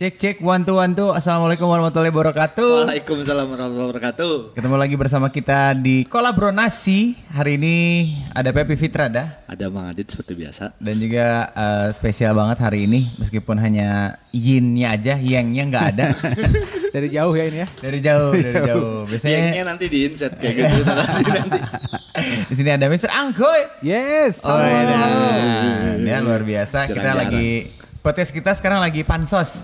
Cek cek one two. Assalamualaikum warahmatullahi wabarakatuh. Waalaikumsalam warahmatullahi wabarakatuh. Ketemu lagi bersama kita di Kolabronasi. Hari ini ada Pepi Fitra Ada Mang Adit seperti biasa. dan juga spesial banget hari ini meskipun hanya yin-nya aja, yang-nya nggak ada. Dari jauh ya ini ya. Dari jauh. Biasanya Yang nanti di insert kayak gitu nanti. di sini ada Mr. Angkoy. Yes. Oh iya. Ya luar biasa. Kita Jarang-jarang. lagi podcast kita sekarang lagi pansos.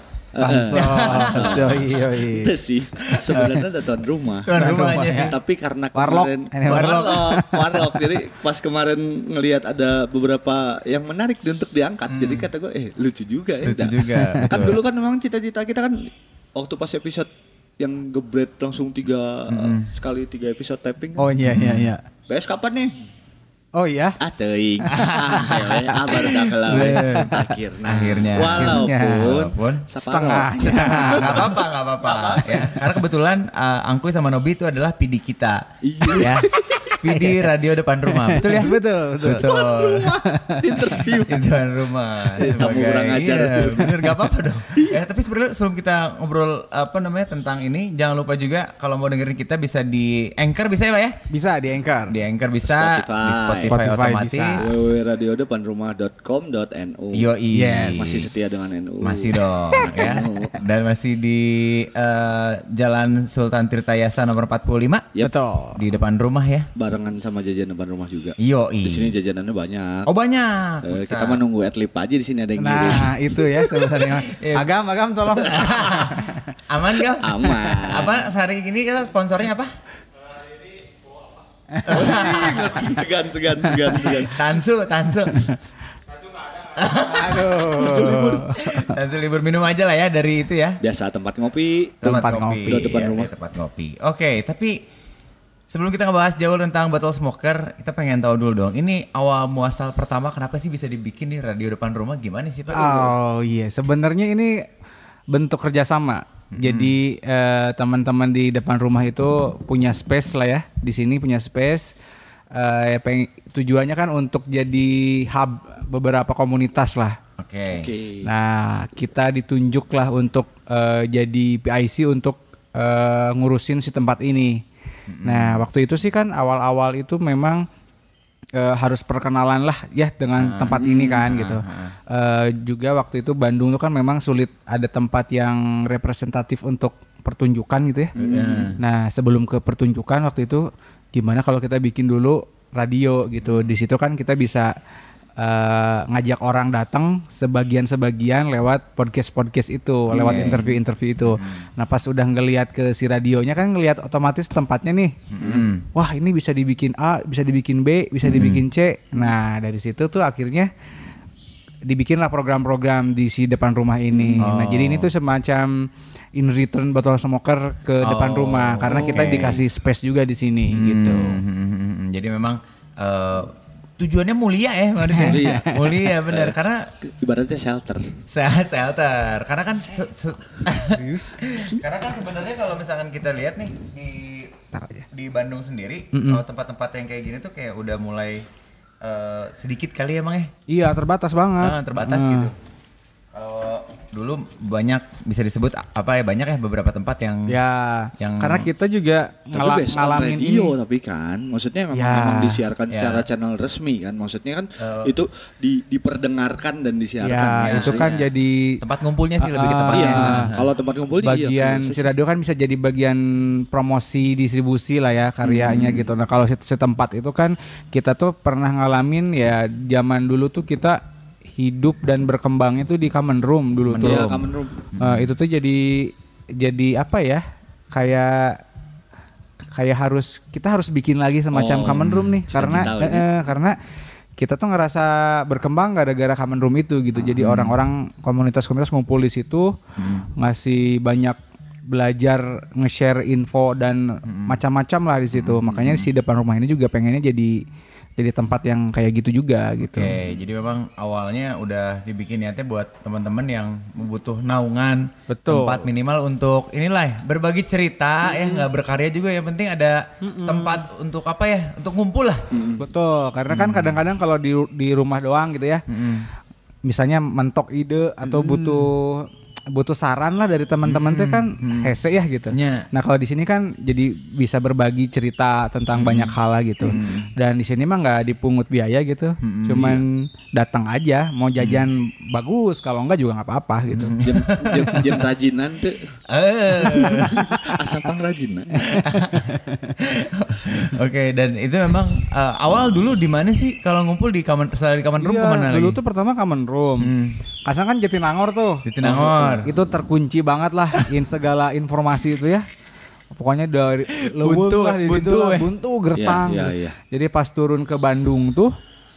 Yoi. Itu sih sebenarnya ada tuan rumah. Tuan rumah aja sih. Tapi karena Warlock. kemarin Warlock. Jadi pas kemarin ngelihat ada beberapa yang menarik untuk diangkat. Jadi kata gue lucu juga ya. Lucu juga, Kan betul. dulu kan memang cita-cita kita kan waktu pas episode yang gebret langsung sekali 3 episode tapping. Oh iya. Bes kapan nih? Oh iya. Teuing. Baru dah kelawet. Akhirnya. Walaupun setengah. Nggak apa-apa ya. Karena kebetulan Angkuy sama Nobi itu adalah PD kita. Iya. Ya. PD radio depan rumah. Betul ya? Betul. Interview. Depan rumah. Tamu kurang ajar. Iya, bener gak apa-apa dong. Tapi sebenarnya sebelum kita ngobrol tentang ini, jangan lupa juga kalau mau dengerin kita bisa di Anchor bisa ya Pak ya? Bisa di Anchor. Di Anchor bisa, di Spotify otomatis. bisa. www.radiodepanrumah.com. Yoi. Yes. Masih setia dengan NU. Masih dong ya. Dan masih di Jalan Sultan Tirtayasa nomor 45 Yep. Betul. di depan rumah ya. Barengan sama jajan depan rumah juga. Yoi. Di sini jajanannya banyak. Oh banyak. Kita menunggu adlib aja di sini ada yang ngirim. Nah itu ya sebenarnya. Agam tolong. Aman gak? Aman. Apa sehari ini kita sponsornya apa? Segan. Tansu. Aduh. Tansu libur minum aja lah ya dari itu ya. Biasa tempat ngopi. Tempat ngopi. Depan Ya, rumah. tempat ngopi. Oke, tapi sebelum kita ngebahas jauh tentang Bottle Smoker, kita pengen tahu dulu dong. Ini awal muasal pertama kenapa sih bisa dibikin nih radio depan rumah? Gimana sih Pak? Oh iya. Sebenarnya ini bentuk kerjasama. Jadi teman-teman di depan rumah itu punya space lah ya. Di sini punya space. Tujuannya kan untuk jadi hub beberapa komunitas lah. Oke. Nah, kita ditunjuk lah untuk jadi PIC untuk ngurusin si tempat ini. Nah, waktu itu sih kan awal-awal itu memang harus perkenalan lah ya dengan tempat ini kan gitu. Juga waktu itu Bandung itu kan memang sulit ada tempat yang representatif untuk pertunjukan gitu ya. Nah, sebelum ke pertunjukan waktu itu gimana kalau kita bikin dulu radio gitu. Di situ kan kita bisa ngajak orang datang sebagian lewat podcast itu, lewat interview itu. Nah pas udah ngelihat ke si radionya kan ngelihat otomatis tempatnya nih. Wah ini bisa dibikin A, bisa dibikin B, bisa dibikin C. Nah dari situ tuh akhirnya dibikinlah program-program di si depan rumah ini. Nah jadi ini tuh semacam in return Bottle Smoker ke depan rumah karena kita dikasih space juga di sini gitu. Jadi memang tujuannya mulia ya maksudnya. Mulia benar karena Ibaratnya shelter. shelter. Karena kan karena kan sebenarnya kalau misalkan kita lihat nih di Bandung sendiri kalau tempat-tempat yang kayak gini tuh kayak udah mulai sedikit kali emang ya. Iya terbatas banget. Terbatas gitu. Kalau dulu banyak bisa disebut banyak ya beberapa tempat yang Karena kita juga Tapi based on ngalamin radio ini. tapi kan maksudnya memang disiarkan secara channel resmi kan maksudnya kan itu diperdengarkan dan disiarkan Itu kan jadi tempat ngumpulnya sih lebih ke tempatnya. kalau tempat ngumpulnya bagian si radio kan bisa jadi bagian promosi distribusi lah ya karyanya gitu. Nah kalau setempat itu kan kita tuh pernah ngalamin ya zaman dulu tuh kita hidup dan berkembang itu di common room dulu tuh. Iya, common room. Itu tuh jadi apa ya? Kayak kita harus bikin lagi semacam common room nih karena kita tuh ngerasa berkembang gara-gara common room itu gitu. Jadi orang-orang komunitas-komunitas ngumpul di situ ngasih banyak belajar nge-share info dan macam-macam lah di situ. Makanya si depan rumah ini juga pengennya jadi tempat yang kayak gitu juga gitu. Oke, jadi memang awalnya udah dibikin niatnya buat teman-teman yang butuh naungan, tempat minimal untuk inilah berbagi cerita ya, nggak berkarya juga, yang penting ada tempat untuk apa ya, untuk ngumpul lah. Betul, karena kan kadang-kadang kalau di rumah doang gitu ya, misalnya mentok ide atau butuh butuh saran lah dari teman-teman tuh kan hese ya gitu. Nya. Nah kalau di sini kan jadi bisa berbagi cerita tentang banyak hal lah gitu. Dan di sini mah nggak dipungut biaya gitu, cuman datang aja, mau jajan bagus, kalau enggak juga nggak apa-apa gitu. Jam rajinan tuh. Asal pang rajinan. Oke, dan itu memang awal dulu di mana sih kalau ngumpul di common room kemana lagi? Dulu tuh pertama common room. Karena kan Jatinangor tuh. Jatinangor. Itu terkunci banget lah segala informasi itu ya. Pokoknya dari leweng lah di situ lah, buntu gersang. Iya. Jadi pas turun ke Bandung tuh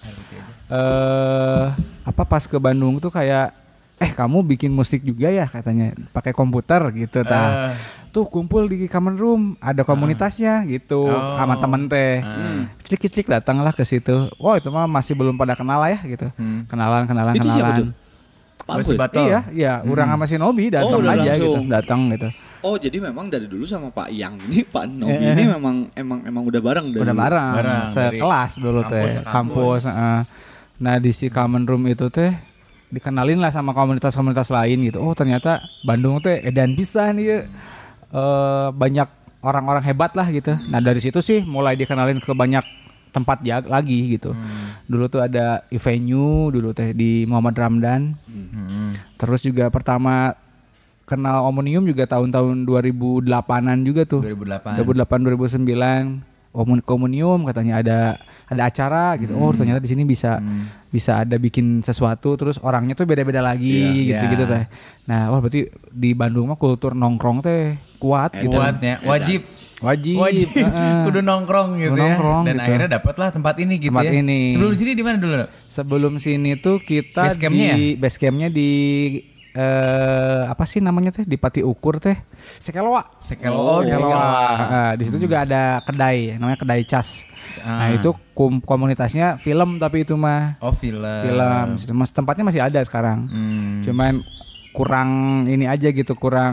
pas ke Bandung tuh kayak kamu bikin musik juga ya katanya, pakai komputer gitu tuh kumpul di common room, ada komunitasnya gitu sama temen teh. Clik datanglah ke situ. Wah, itu mah masih belum pada kenal lah ya gitu. Kenalan. Itu siapa tuh? Pak Iya, urang sama si Nobi datang aja langsung. gitu, datang gitu. Oh, jadi memang dari dulu sama Pak Yang ini, Pak Nobi ini memang udah bareng dari udah bareng sekelas dulu teh, kampus. Nah, di si common room itu teh dikenalin lah sama komunitas-komunitas lain gitu. Oh, ternyata Bandung teh edan pisan ieu. Banyak orang-orang hebat lah gitu. Nah, dari situ sih mulai dikenalin ke banyak tempat lagi gitu. Dulu tuh ada venue dulu teh di Muhammad Ramdan. Terus juga pertama kenal Omnium juga tahun-tahun 2008-an juga tuh. 2008 2009 Omnium katanya ada acara gitu. Oh, ternyata di sini bisa ada bikin sesuatu, terus orangnya tuh beda-beda lagi gitu teh. Nah, wah berarti di Bandung mah kultur nongkrong teh kuat gitu. Kuatnya wajib kudu nongkrong gitu nongkrong, ya. Dan gitu. akhirnya dapatlah tempat ini gitu tempat ya. Ini. Sebelum sini di mana dulu? Sebelum sini tuh kita base campnya di apa sih namanya teh, di Pati Ukur teh, Sekeloa. Di situ juga ada kedai namanya Kedai Cas. Nah, itu komunitasnya film, tapi itu mah film. Mas tempatnya masih ada sekarang. Cuman kurang ini aja gitu, kurang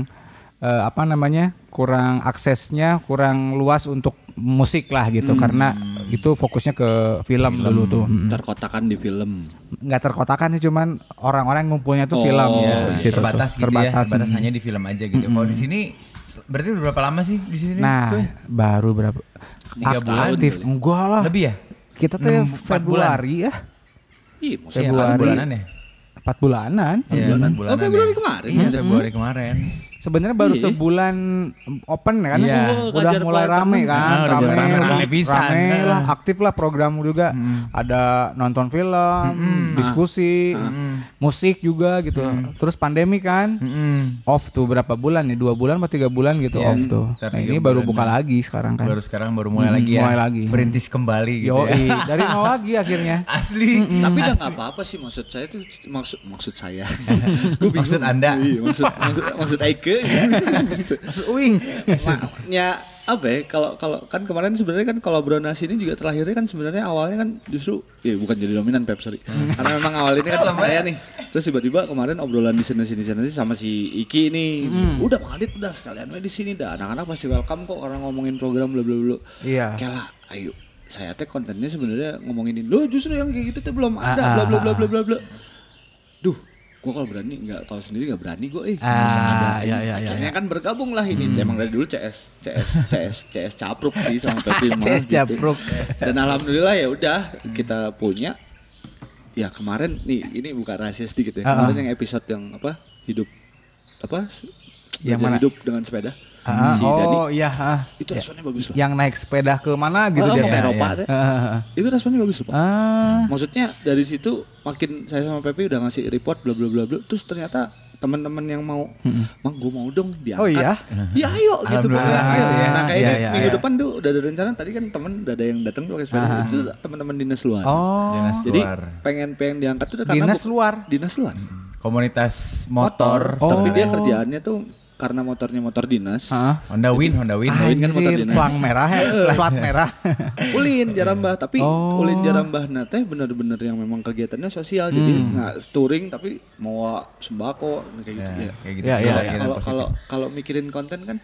kurang aksesnya, kurang luas untuk musik lah gitu, karena itu fokusnya ke film dulu tuh. Terkotakan di film. Nggak terkotakan sih, cuman orang-orang ngumpulnya tuh film ya. Terbatas gitu ya, terbatas hanya di film aja gitu. Kalau di sini berarti berapa lama sih di sini? Nah, baru berapa? 3 bulan aktif enggak lah. Lebih ya? Kita tuh Februari ya. Iya, Februari. 4 bulanan ya? 4 bulanan. Bulanan. Februari kemarin. Februari kemarin. Sebenarnya baru sebulan open kan, udah mulai rame kan, rame lah, aktif lah program juga, ada nonton film, diskusi, musik juga gitu. Terus pandemi kan, off tuh berapa bulan nih, 2 bulan atau 3 bulan gitu off tuh. Nah, ini baru buka lagi sekarang kan. Baru mulai lagi ya. Mulai lagi. Berintis kembali gitu ya. Dari nol lagi akhirnya. Asli. Tapi udah nggak apa-apa sih, maksud saya tuh maksud saya. Maksud Anda. Maksud Aike. Maksud Uing. Ya apa ya, kalau kan kemarin sebenarnya kan kolaborasi ini juga terakhirnya kan sebenarnya awalnya kan justru bukan jadi dominan Pep, sorry. Karena memang awal ini kan saya nih. Terus tiba-tiba kemarin obrolan di sini sama si Iki nih. Udah Adit udah sekalian di sini dah. Anak-anak pasti welcome kok, orang ngomongin program bla bla bla. Iya. Kalah, ayo. Saya teh kontennya sebenarnya ngomongin ini. Loh, justru yang kayak gitu tuh belum ada bla bla bla bla bla bla. Duh, gue kalau sendiri nggak berani gue bisa ada. Akhirnya kan bergabung lah ini. Emang dari dulu CS capruk sih sama Pepi mah. CS capruk. Dan alhamdulillah ya udah kita punya. Ya kemarin nih, ini bukan rahasia sedikit ya. Kemarin yang episode yang hidup yang mana? Hidup dengan sepeda. Si Dani. Iya. Itu responnya bagus loh. Yang naik sepeda ke mana gitu dia. Ke Eropa deh. Itu responnya bagus loh, Pak. Maksudnya dari situ makin saya sama Pepe udah ngasih report bla bla bla bla. Terus ternyata teman-teman yang mau, Mang gue mau dong diangkat. Oh iya? Ya ayo gitu. Nah kayak minggu depan tuh udah ada rencana. Tadi kan temen udah ada yang datang pakai sepeda. Itu teman-teman dinas luar. Jadi pengen diangkat tuh karena dinas luar. Komunitas motor. Tapi dia kerjaannya tuh karena motornya motor dinas. Honda Win kan motor dinas. Pelang merah ya, plat merah. Ulin Jarambah, tapi Ulin Jarambah teh bener-bener yang memang kegiatannya sosial. Jadi nggak touring tapi mau sembako kayak gitu. Kalau mikirin konten kan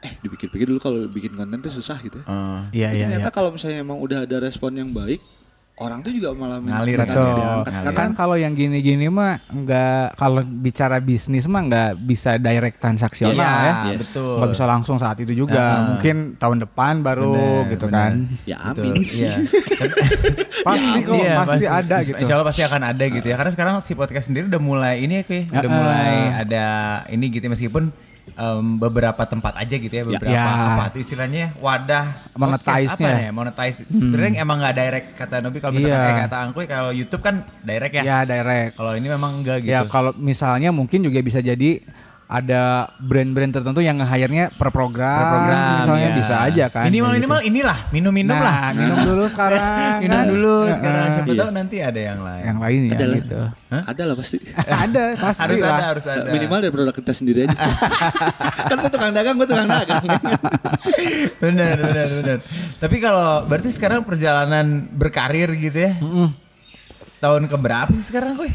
dipikir-pikir dulu kalau bikin konten tuh susah gitu ya. Ternyata kalau misalnya emang udah ada respon yang baik, orang tuh juga malah Ngalir, diangkat. ngalir. Kan kalau yang gini-gini mah nggak, kalau bicara bisnis mah nggak bisa direct transaksional ya. Yes. Betul. Nggak bisa langsung saat itu juga. Mungkin tahun depan baru Bener, gitu bener. kan. Ya Betul, amin sih. iya. Pasti kok, Iya, pasti ada gitu. Insya Allah pasti akan ada gitu ya. Karena sekarang si podcast sendiri udah mulai ini ya Kuy. Udah mulai ada ini gitu meskipun beberapa tempat aja gitu ya. Beberapa Ya. apa tuh istilahnya wadah Monetize-nya. podcast apa ya? Monetize. Sebenarnya emang gak direct kata Nobi. Kalau misalkan Iya. kata Angkuy kalau YouTube kan direct ya. Ya direct. Kalau ini memang enggak gitu. Ya kalau misalnya mungkin juga bisa jadi ada brand-brand tertentu yang nge-hire-nya per program, misalnya ya. bisa aja kan. Minimal inilah minum-minum nah, lah. minum dulu sekarang. Minum kan? dulu sekarang. Siapa Iya. tahu nanti ada yang lain. Yang lain ya Ada lah. gitu. Ada lah pasti. Ada pasti harus lah. harus ada. Minimal dari produk kita sendiri aja. Kan lu tukang dagang, gue tukang dagang. benar. Tapi kalau berarti sekarang perjalanan berkarir gitu ya. Tahun keberapa sih sekarang Kuy?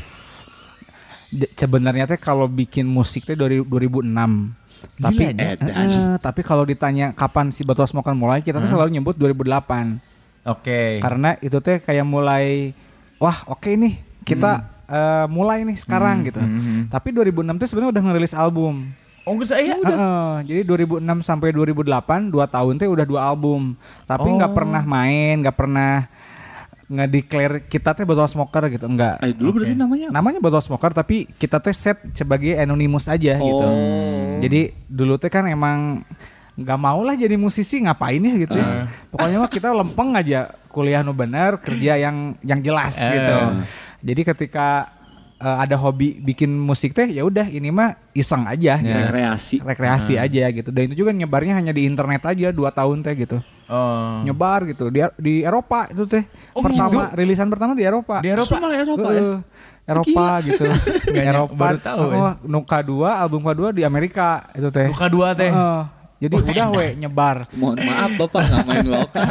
Sebenarnya teh kalau bikin musik teh dari 2006. Tapi tapi kalau ditanya kapan si Botol Smoker mulai, kita tuh selalu nyebut 2008. Oke. Karena itu teh kayak mulai wah oke nih kita mulai nih sekarang gitu. Tapi 2006 tuh sebenarnya udah ngerilis album. Oh enggak saya Jadi 2006 sampai 2008 2 tahun teh udah 2 album. Tapi nggak pernah main, nggak pernah nge-declare kita teh Botol Smoker gitu, enggak. Dulu berarti Namanya Botol Smoker tapi kita teh set sebagai anonymous aja gitu. Jadi dulu teh kan emang nggak mau lah jadi musisi, ngapain ya gitu ya. Pokoknya mah kita lempeng aja, kuliah nu bener, kerja yang jelas gitu. Jadi ketika ada hobi bikin musik teh ya udah ini mah iseng aja gitu. Rekreasi aja gitu. Dan itu juga nyebarnya hanya di internet aja 2 tahun teh gitu. Nyebar gitu di Eropa itu teh. Pertama gitu? Rilisan pertama di Eropa. Di Eropa malah Eropa ya. Eropa gitu. Eropa. Baru tahu. Nuka 2, album kedua di Amerika itu teh. Nuka 2 teh. Jadi udah nyebar. Mohon maaf Bapak nggak main lokal.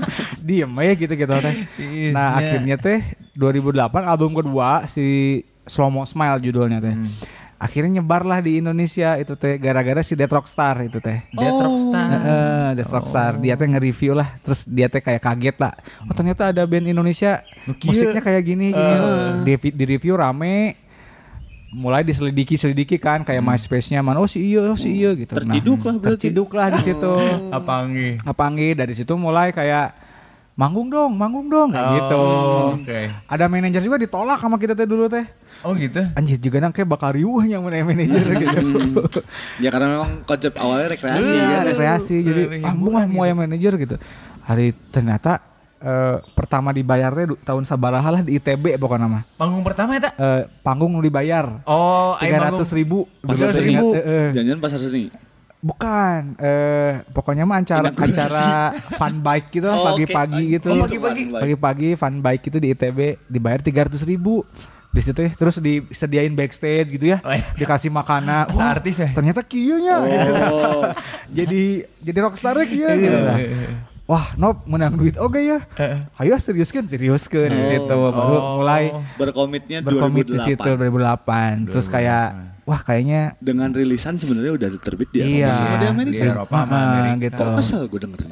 Diem aja gitu teh. Nah akhirnya teh 2008 album kedua si Slow Mo Smile judulnya teh. Akhirnya nyebar lah di Indonesia itu teh gara-gara si Death Rockstar itu teh. Death Rockstar. Death Rockstar. Dia teh nge-review lah. Terus dia teh kayak kaget lah. Oh ternyata ada band Indonesia musiknya kayak gini. Di review rame. Mulai diselidiki kan kayak MySpace-nya mana si iya gitu. Terciduk lah berarti. Terciduk lah di situ. Apanggi. Dari situ mulai kayak manggung dong kayak gitu. Ada manajer juga ditolak sama kita teh dulu teh. Oh gitu. Anjir juga nang kayak bakal riuh yang manajer gitu. Ya karena memang konsep awalnya rekreasi kan. Rekreasi jadi mau yang manajer gitu. Hari ternyata pertama dibayarnya tahun sabaraha lah di ITB pokoknya nama. Panggung pertama ya tak? Panggung dibayar. 300.000. 300.000. Jangan pasar seni. Bukan, pokoknya mah acara fun bike gitu pagi-pagi gitu. Pagi-pagi fun bike gitu di ITB dibayar 300.000 di situ ya. Terus disediain backstage gitu ya, dikasih makanan. Artis ya. Ternyata kieunya. Gitu. Jadi rockstar kieu gitu. Wah, Nob menang duit oke ya. Ayo seriuskan di situ baru mulai berkomit di situ 2008. Terus kayak wah kayaknya dengan rilisan sebenarnya udah terbit di Eropa sama di Amerika. Di Eropa sama Amerika. Gitu. Kok kesel gue dengernya.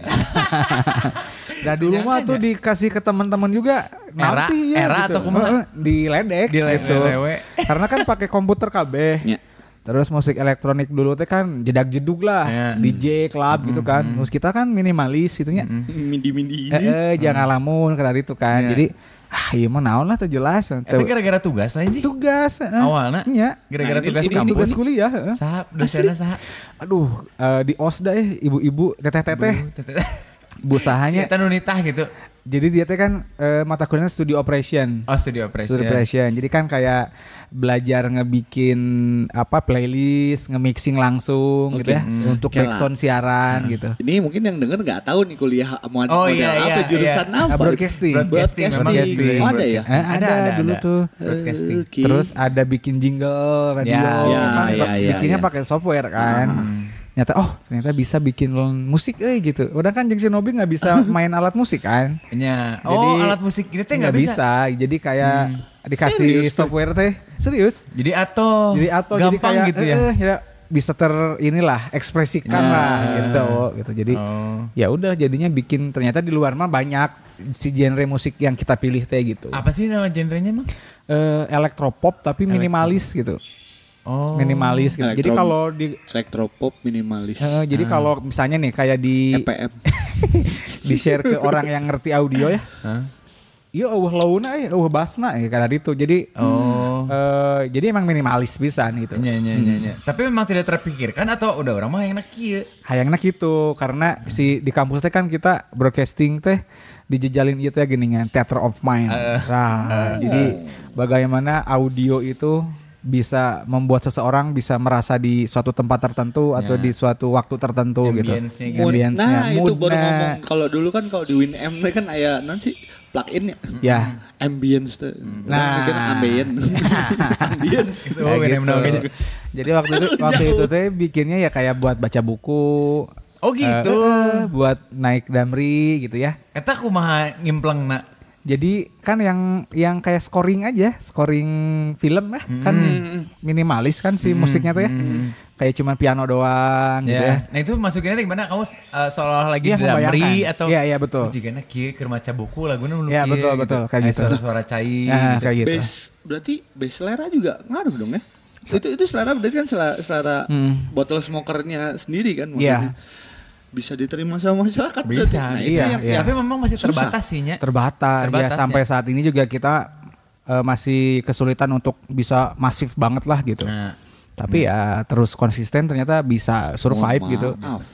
Nah dulu mah tuh dikasih ke teman-teman juga era gitu. atau kumaha? Diledek gitu. Karena kan pakai komputer kabeh. Ya. Terus musik elektronik dulu teh kan jedag-jedug lah, DJ, club gitu kan. Terus kita kan minimalis gitu nya. Mindi-mindi. Jangan ngalamun karena itu kan. Jadi iya mah naon lah tuh jelas. Itu gara-gara tugas aja sih. Tugas. Awalnya? Iya. Gara-gara tugas kampus. Tugas kuliah. Sahab, dosennya sahab. Aduh, di OSDA ibu-ibu, teteh-teteh. Busahanya. Si Eta nunitah gitu. Jadi dia teh kan mata kuliahnya studio operation. Oh, studio operation. Jadi kan kayak belajar ngebikin playlist, nge-mixing langsung gitu ya untuk backsound siaran gitu. Ini mungkin yang denger nggak tahu nih kuliah model apa jurusan apa? Broadcasting. Ada ya? Ada dulu tuh. Broadcasting. Terus ada bikin jingle radio. Bikinnya pakai software kan. Ternyata bisa bikin musik gitu. Udah kan jeung Shinobi nggak bisa main alat musik kan? Jadi alat musik itu teh nggak bisa. Jadi kayak dikasih software teh serius. Jadi atau gampang jadi kayak, gitu ya. Bisa ekspresikan lah gitu. Jadi ya udah jadinya bikin ternyata di luar mah banyak si genre musik yang kita pilih teh gitu. Apa sih nama genrenya mah? Elektropop tapi minimalis gitu. Oh. Minimalis gitu. Jadi kalau di elektropop minimalis. Jadi kalau misalnya nih kayak di EPM di share ke orang yang ngerti audio ya. Iya, launa basna karena itu. Jadi jadi emang minimalis pisan gitu. Nya. Tapi memang tidak terpikirkan atau udah orang mah yang enak kieu. Hayangna gitu karena si di kampus teh kan kita broadcasting teh dijejalin ieu teh geuningan theater of mind. Jadi bagaimana audio itu bisa membuat seseorang bisa merasa di suatu tempat tertentu atau di suatu waktu tertentu gitu. Ambience-nya. Nah, itu baru ngomong kalau dulu kan kalau di Winamp kan aya non sih plugin ya. Ambience tuh. Nah, ambience. Gitu. Jadi waktu itu teh bikinnya ya kayak buat baca buku. Oh gitu. Buat naik damri gitu ya. Eta kumaha ngimplengna. Jadi kan yang kayak scoring film lah kan minimalis kan si musiknya tuh ya. Kayak cuma piano doang gitu ya. Nah itu masukinnya gimana? Kamu seolah lagi damri atau? Iya attul. Jika kieu keur maca buku laguna nu kieu. Iya betul kayak gitu. Suara-suara cair gitu. Kayak gitu. Berarti bass selera juga ngaruh dong ya. Itu selera berarti kan selera bottle smokernya sendiri kan maksudnya. Bisa diterima sama masyarakat. Bisa, nah, iya. Tapi memang masih terbatas sih nya. Terbatas ya, sampai saat ini juga kita masih kesulitan untuk bisa masif banget lah gitu. Tapi ya terus konsisten ternyata bisa survive gitu.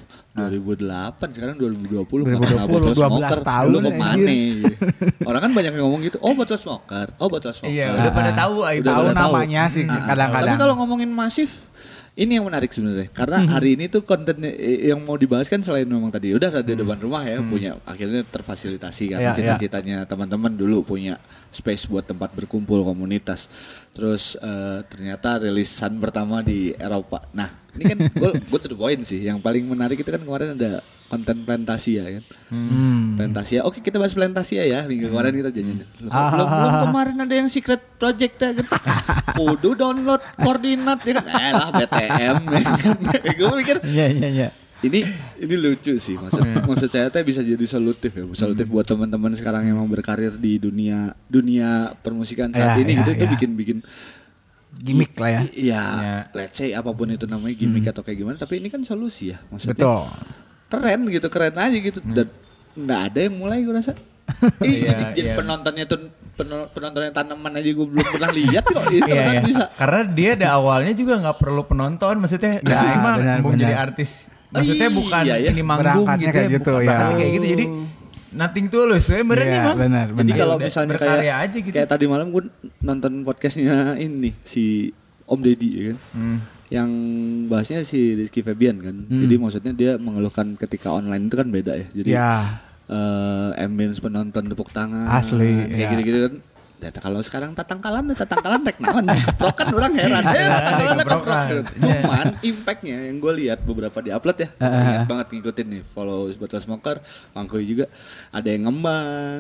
2008 sekarang 2020 12 tahun lu kemana orang kan banyak yang ngomong gitu bottle smoker iya udah pada tahu namanya sih kadang-kadang. Tapi kalau ngomongin masif ini yang menarik sebenarnya karena hari ini tuh konten yang mau dibahas kan selain memang tadi udah radio depan rumah ya punya akhirnya terfasilitasi kan cita-citanya teman-teman dulu punya space buat tempat berkumpul komunitas terus ternyata rilisan pertama di Eropa. Nah ini kan gue to the point sih yang paling menarik itu kan kemarin ada konten Plantasia kan. Plantasia. Oke, kita bahas Plantasia ya. Minggu kemarin kita janjian. Belum kemarin ada yang secret project ya kan. Kudu download koordinat ya kan. Lah BTM ya kan. Gue mikir. Iya. Ini lucu sih maksud saya teh bisa jadi solutif ya. Solutif buat teman-teman sekarang yang mau berkarir di dunia permusikan saat ini gitu itu bikin gimmick lah ya. Iya, let's say apapun itu namanya gimmick atau kayak gimana, tapi ini kan solusi ya maksudnya. Betul. Keren aja gitu. Dan nggak ada yang mulai gue rasa. Jadi penontonnya tuh penontonnya tanaman aja gue belum pernah lihat kok itu kan bisa. Karena dia ada awalnya juga nggak perlu penonton, maksudnya emang mau jadi artis. Maksudnya bukan ini manggung gitu ya, bukan kayak gitu. Jadi nothing tulus, bener nih bang. Benar. Jadi kalau misalnya berkarya aja gitu. Kayak tadi malam gue nonton podcastnya ini si Om Deddy ya kan. Yang bahasnya si Rizky Febian kan. Jadi maksudnya dia mengeluhkan ketika online itu kan beda ya. Jadi ambience penonton tepuk tangan. Asli. Kayak gitu-gitu kan. Kalau sekarang tatangkalan rek naon keprokan orang heran tatangkalan keprokan. Cuman impactnya yang gue lihat beberapa di upload ya ingat banget ngikutin nih follow Bottle Smoker Mangkui juga ada yang ngembang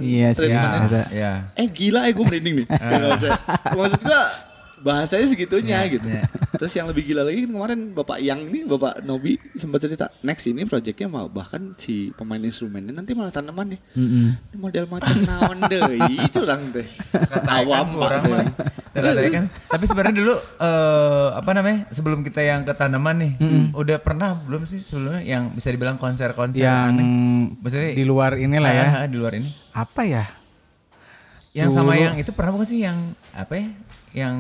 gila gue merinding nih maksud gue bahasanya segitunya gitu. Terus yang lebih gila lagi kemarin Bapak Nobi sempat cerita next ini projectnya mau bahkan si pemain instrumennya nanti malah tanaman nih. Model macam naon deui curang teh. Awam orang mah. Kan. Tapi sebenarnya dulu sebelum kita yang ke tanaman nih, udah pernah belum sih sebelumnya yang bisa dibilang konser-konser yang aneh? Maksudnya di luar inilah ya. Di luar ini. Apa ya? Yang sama yang itu pernah bukan sih yang apa ya? Yang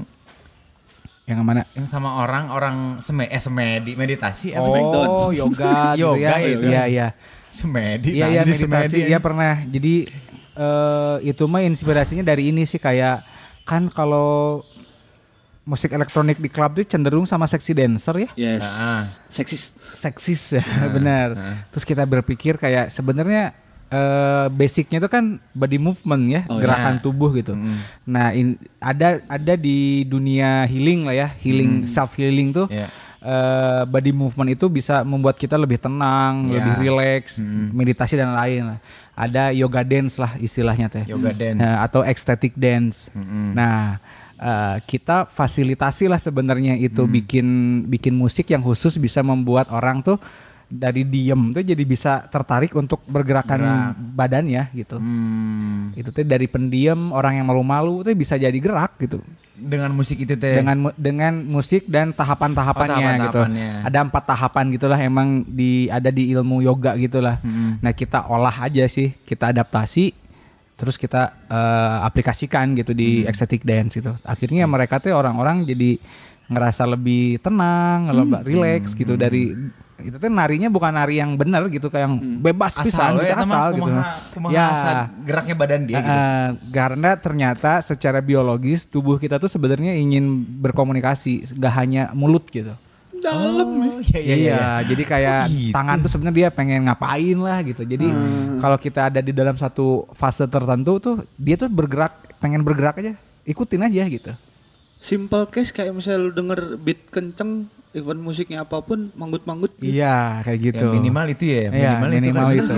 mana? Yang sama orang semedi meditasi apa sih? Oh, yoga gitu ya. Iya. Semedi. Iya, meditasi. Iya pernah. Jadi itu mah inspirasinya dari ini sih kayak kan kalau musik elektronik di klub itu cenderung sama sexy dancer ya. Yes. Seksis ya, benar. Terus kita berpikir kayak sebenarnya basicnya itu kan body movement ya, gerakan tubuh gitu. Nah, ada di dunia healing lah ya, self healing tuh. Body movement itu bisa membuat kita lebih tenang, lebih relax, meditasi dan lain. Ada yoga dance lah istilahnya teh. Yoga dance atau ecstatic dance. Nah, kita fasilitasi lah sebenarnya itu bikin musik yang khusus bisa membuat orang tuh dari diem tuh jadi bisa tertarik untuk bergerakan badannya gitu. Itu tuh dari pendiam orang yang malu-malu tuh bisa jadi gerak gitu. Dengan musik itu teh. Dengan musik dan tahapan-tahapannya gitu. Ada 4 tahapan gitulah emang ada di ilmu yoga gitulah. Nah kita olah aja sih, kita adaptasi, terus kita aplikasikan gitu di ecstatic dance gitu. Akhirnya mereka tuh orang-orang jadi ngerasa lebih tenang, lebih relax gitu dari itu tuh narinya bukan nari yang benar gitu kayak yang bebas pisan gitu asal gitu. Ya geraknya badan dia gitu. Karena ternyata secara biologis tubuh kita tuh sebenarnya ingin berkomunikasi, gak hanya mulut gitu. Dalam iya. Jadi kayak gitu. Tangan tuh sebenarnya dia pengen ngapain lah gitu. Jadi kalau kita ada di dalam satu fase tertentu tuh dia tuh pengen bergerak aja, ikutin aja gitu. Simple case kayak misalnya lu denger beat kenceng, even musiknya apapun, manggut-manggut gitu. Iya kayak gitu. Ya, minimal itu ya, minimal itu.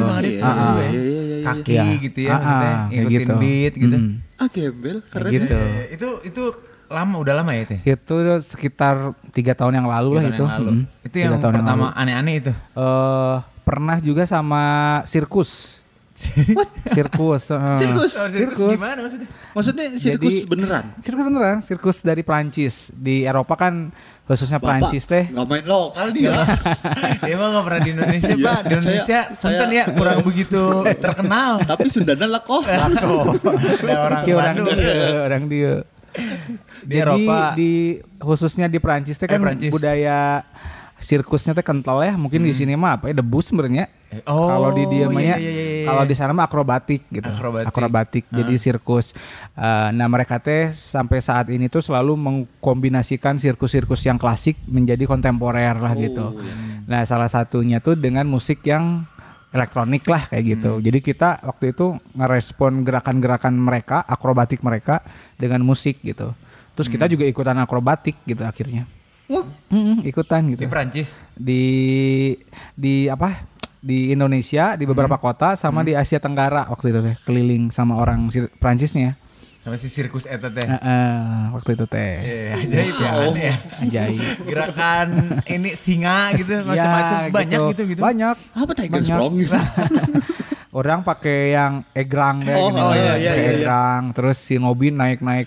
Kaki gitu ya, maksudnya ikutin gitu. Beat gitu. Gembel, keren gitu. Ya. Itu udah lama ya itu? Itu sekitar 3 tahun yang lalu lah itu. Itu yang pertama aneh-aneh itu? Pernah juga sama sirkus. Sirkus gimana maksudnya? Maksudnya sirkus beneran? Sirkus beneran, sirkus dari Prancis. Di Eropa kan khususnya Prancis teh. Gak main lokal dia. Dia mah gak pernah di Indonesia Pak. Di Indonesia punten ya kurang begitu terkenal. Tapi Sundana lakoh. Ada orang Bandung. Orang dia. Di Eropa. Khususnya di Prancis teh kan budaya sirkusnya teh kental ya. Mungkin di sini mah apa ya debus sebenarnya. Kalau di dia mah kalau di sana mah akrobatik gitu. Akrobatik. Jadi sirkus. Nah mereka teh sampai saat ini tuh selalu mengkombinasikan sirkus-sirkus yang klasik menjadi kontemporer lah gitu. Nah salah satunya tuh dengan musik yang elektronik lah kayak gitu. Jadi kita waktu itu ngerespon gerakan-gerakan mereka, akrobatik mereka dengan musik gitu. Terus kita juga ikutan akrobatik gitu akhirnya. Ikutan gitu. Di Prancis? Di apa? Di Indonesia, di beberapa kota sama di Asia Tenggara waktu itu teh keliling sama orang Prancisnya. Sama si sirkus eta teh. Waktu itu teh. Ajaib ya, aneh ya. Ajaib. Gerakan ini singa gitu macam-macam banyak gitu. Banyak. Apa Tiger Strong gitu? Orang pakai yang egrang deh egrang, terus si Nobin naik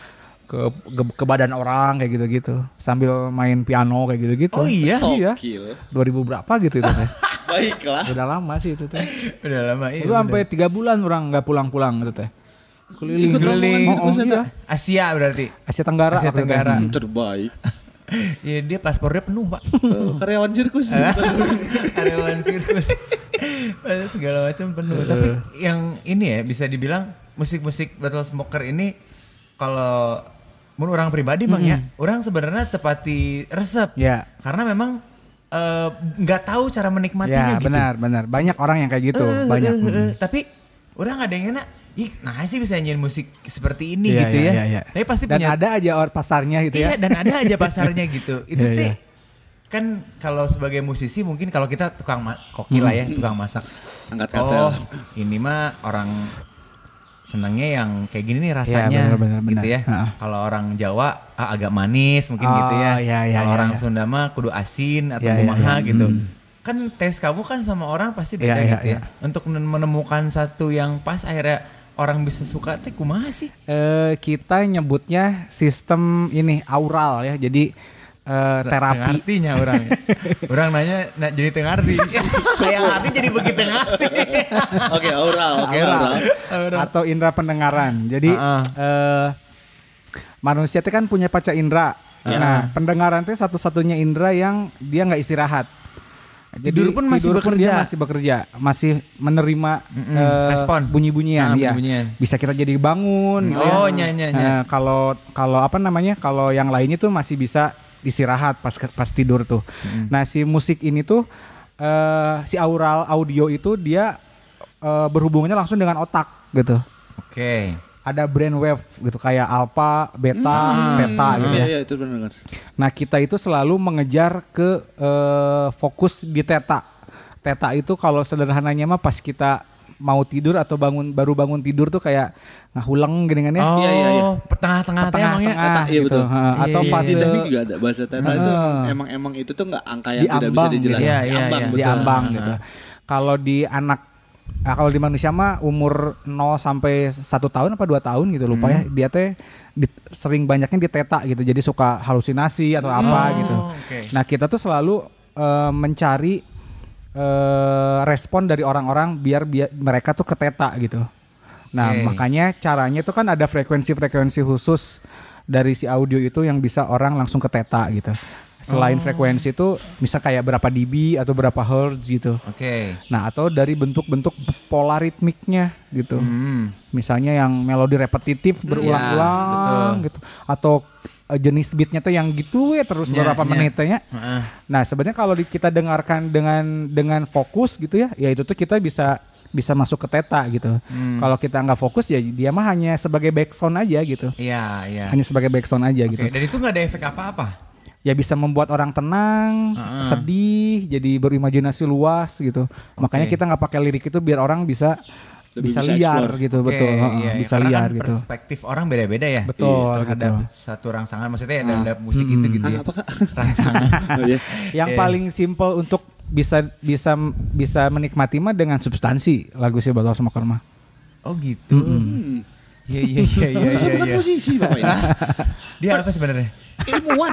ke badan orang kayak gitu-gitu sambil main piano kayak gitu-gitu. Oh iya. Iya. 2000 berapa gitu itu teh. Baiklah. Udah lama sih itu teh. Udah lama iya. Itu sampai 3 bulan orang nggak pulang-pulang gitu teh. Keliling. Iya. Asia berarti. Asia Tenggara. Terbaik. Iya dia paspornya penuh Pak. Karyawan sirkus. Karyawan sirkus. Segala macam penuh. Tapi yang ini ya bisa dibilang musik-musik Battle Smoker ini kalau mun orang pribadi Bang ya, orang sebenarnya tepati resep. Ya. Karena memang nggak tahu cara menikmatinya gitu. Benar. Banyak orang yang kayak gitu, banyak. Tapi orang ada yang enak. Nah sih bisa nyanyiin musik seperti ini gitu ya. Tapi pasti dan punya. Dan ada aja pasarnya gitu ya. Iya dan ada aja pasarnya gitu. Itu teh kan kalau sebagai musisi mungkin kalau kita tukang koki lah ya, tukang masak. Angkat katel. Ini mah orang senangnya yang kayak gini nih rasanya bener. Gitu ya. Kalau orang Jawa agak manis mungkin gitu ya. Kalau orang Sunda mah kudu asin atau kumaha gitu. Kan tes kamu kan sama orang pasti beda gitu ya. Untuk menemukan satu yang pas akhirnya orang bisa suka teh kumaha sih? Kita nyebutnya sistem ini aural ya. Jadi terapi. Artinya orang. Orang nanya jadi tengarti. Saya ngerti jadi begitu ngerti. Oke, aural. Atau indera pendengaran. Jadi manusia itu kan punya panca indera. Nah, pendengaran itu satu-satunya indera yang dia nggak istirahat. Tidur pun masih bekerja, masih menerima respon bunyi-bunyian dia. Bisa kita jadi bangun. Kalau apa namanya? Kalau yang lainnya tuh masih bisa istirahat pas tidur tuh. Nah si musik ini tuh si aural audio itu dia berhubungannya langsung dengan otak gitu. Oke. Ada brainwave gitu kayak alpha, beta, theta gitu ya. Iya itu benar. Nah kita itu selalu mengejar ke fokus di theta. Theta itu kalau sederhananya mah pas kita mau tidur atau baru bangun tidur tuh kayak ngahuleng gini kan ya. Oh, Iya. tengah-tengah emangnya. Teta, iya gitu. betul. Atau Iya, fase di teknik juga ada bahasa teta itu emang itu tuh nggak angka yang tidak bisa dijelaskan. Iya, Betul. diambang gitu. Kalau di manusia mah umur 0 sampai 1 tahun apa 2 tahun gitu lupa ya. Dia teh sering banyaknya di teta gitu. Jadi suka halusinasi atau apa gitu. Okay. Nah, kita tuh selalu mencari respon dari orang-orang biar mereka tuh ke teta gitu. Nah, makanya caranya itu kan ada frekuensi-frekuensi khusus dari si audio itu yang bisa orang langsung ke teta gitu. Selain frekuensi itu bisa kayak berapa dB atau berapa hertz gitu. Oke. Nah, atau dari bentuk-bentuk pola ritmiknya gitu. Misalnya yang melodi repetitif berulang-ulang gitu. Atau jenis beatnya tuh yang gitu ya terus beberapa menitnya. Nah, sebenarnya kalau kita dengarkan dengan fokus gitu ya itu tuh kita bisa masuk ke teta gitu. Kalau kita nggak fokus ya dia mah hanya sebagai backsound aja gitu. Iya. Hanya sebagai backsound aja gitu. Dan itu nggak ada efek apa-apa. Ya bisa membuat orang tenang, sedih, jadi berimajinasi luas gitu. Makanya kita nggak pakai lirik itu biar orang bisa liar explore. Gitu, betul. Bisa liar kan gitu. Perspektif orang beda-beda ya. Betul. Terhadap satu rangsangan, maksudnya terhadap musik itu gitu ya. Apa Kak? Rangsangan. Yang paling simple untuk bisa menikmati mah dengan substansi lagu si Botol Smoker mah. Oh gitu. Iya. Bukan musisi Bapak ini. Dia apa sebenarnya? Ilmuwan.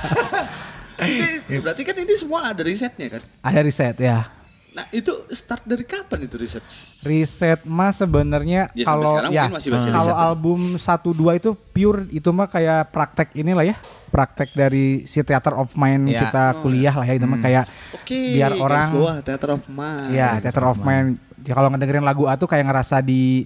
Berarti kan ini semua ada risetnya kan? Ada riset ya. Nah itu start dari kapan itu riset? Riset mah sebenarnya kalau kalau album 1-2 itu pure itu mah kayak praktek inilah ya. Praktek dari si Theater of Mind kita kuliah lah ya itu mah kayak biar orang Theater of Mind. Ya, Theater of Mind. Ya, kalau ngedengerin lagu A tuh kayak ngerasa di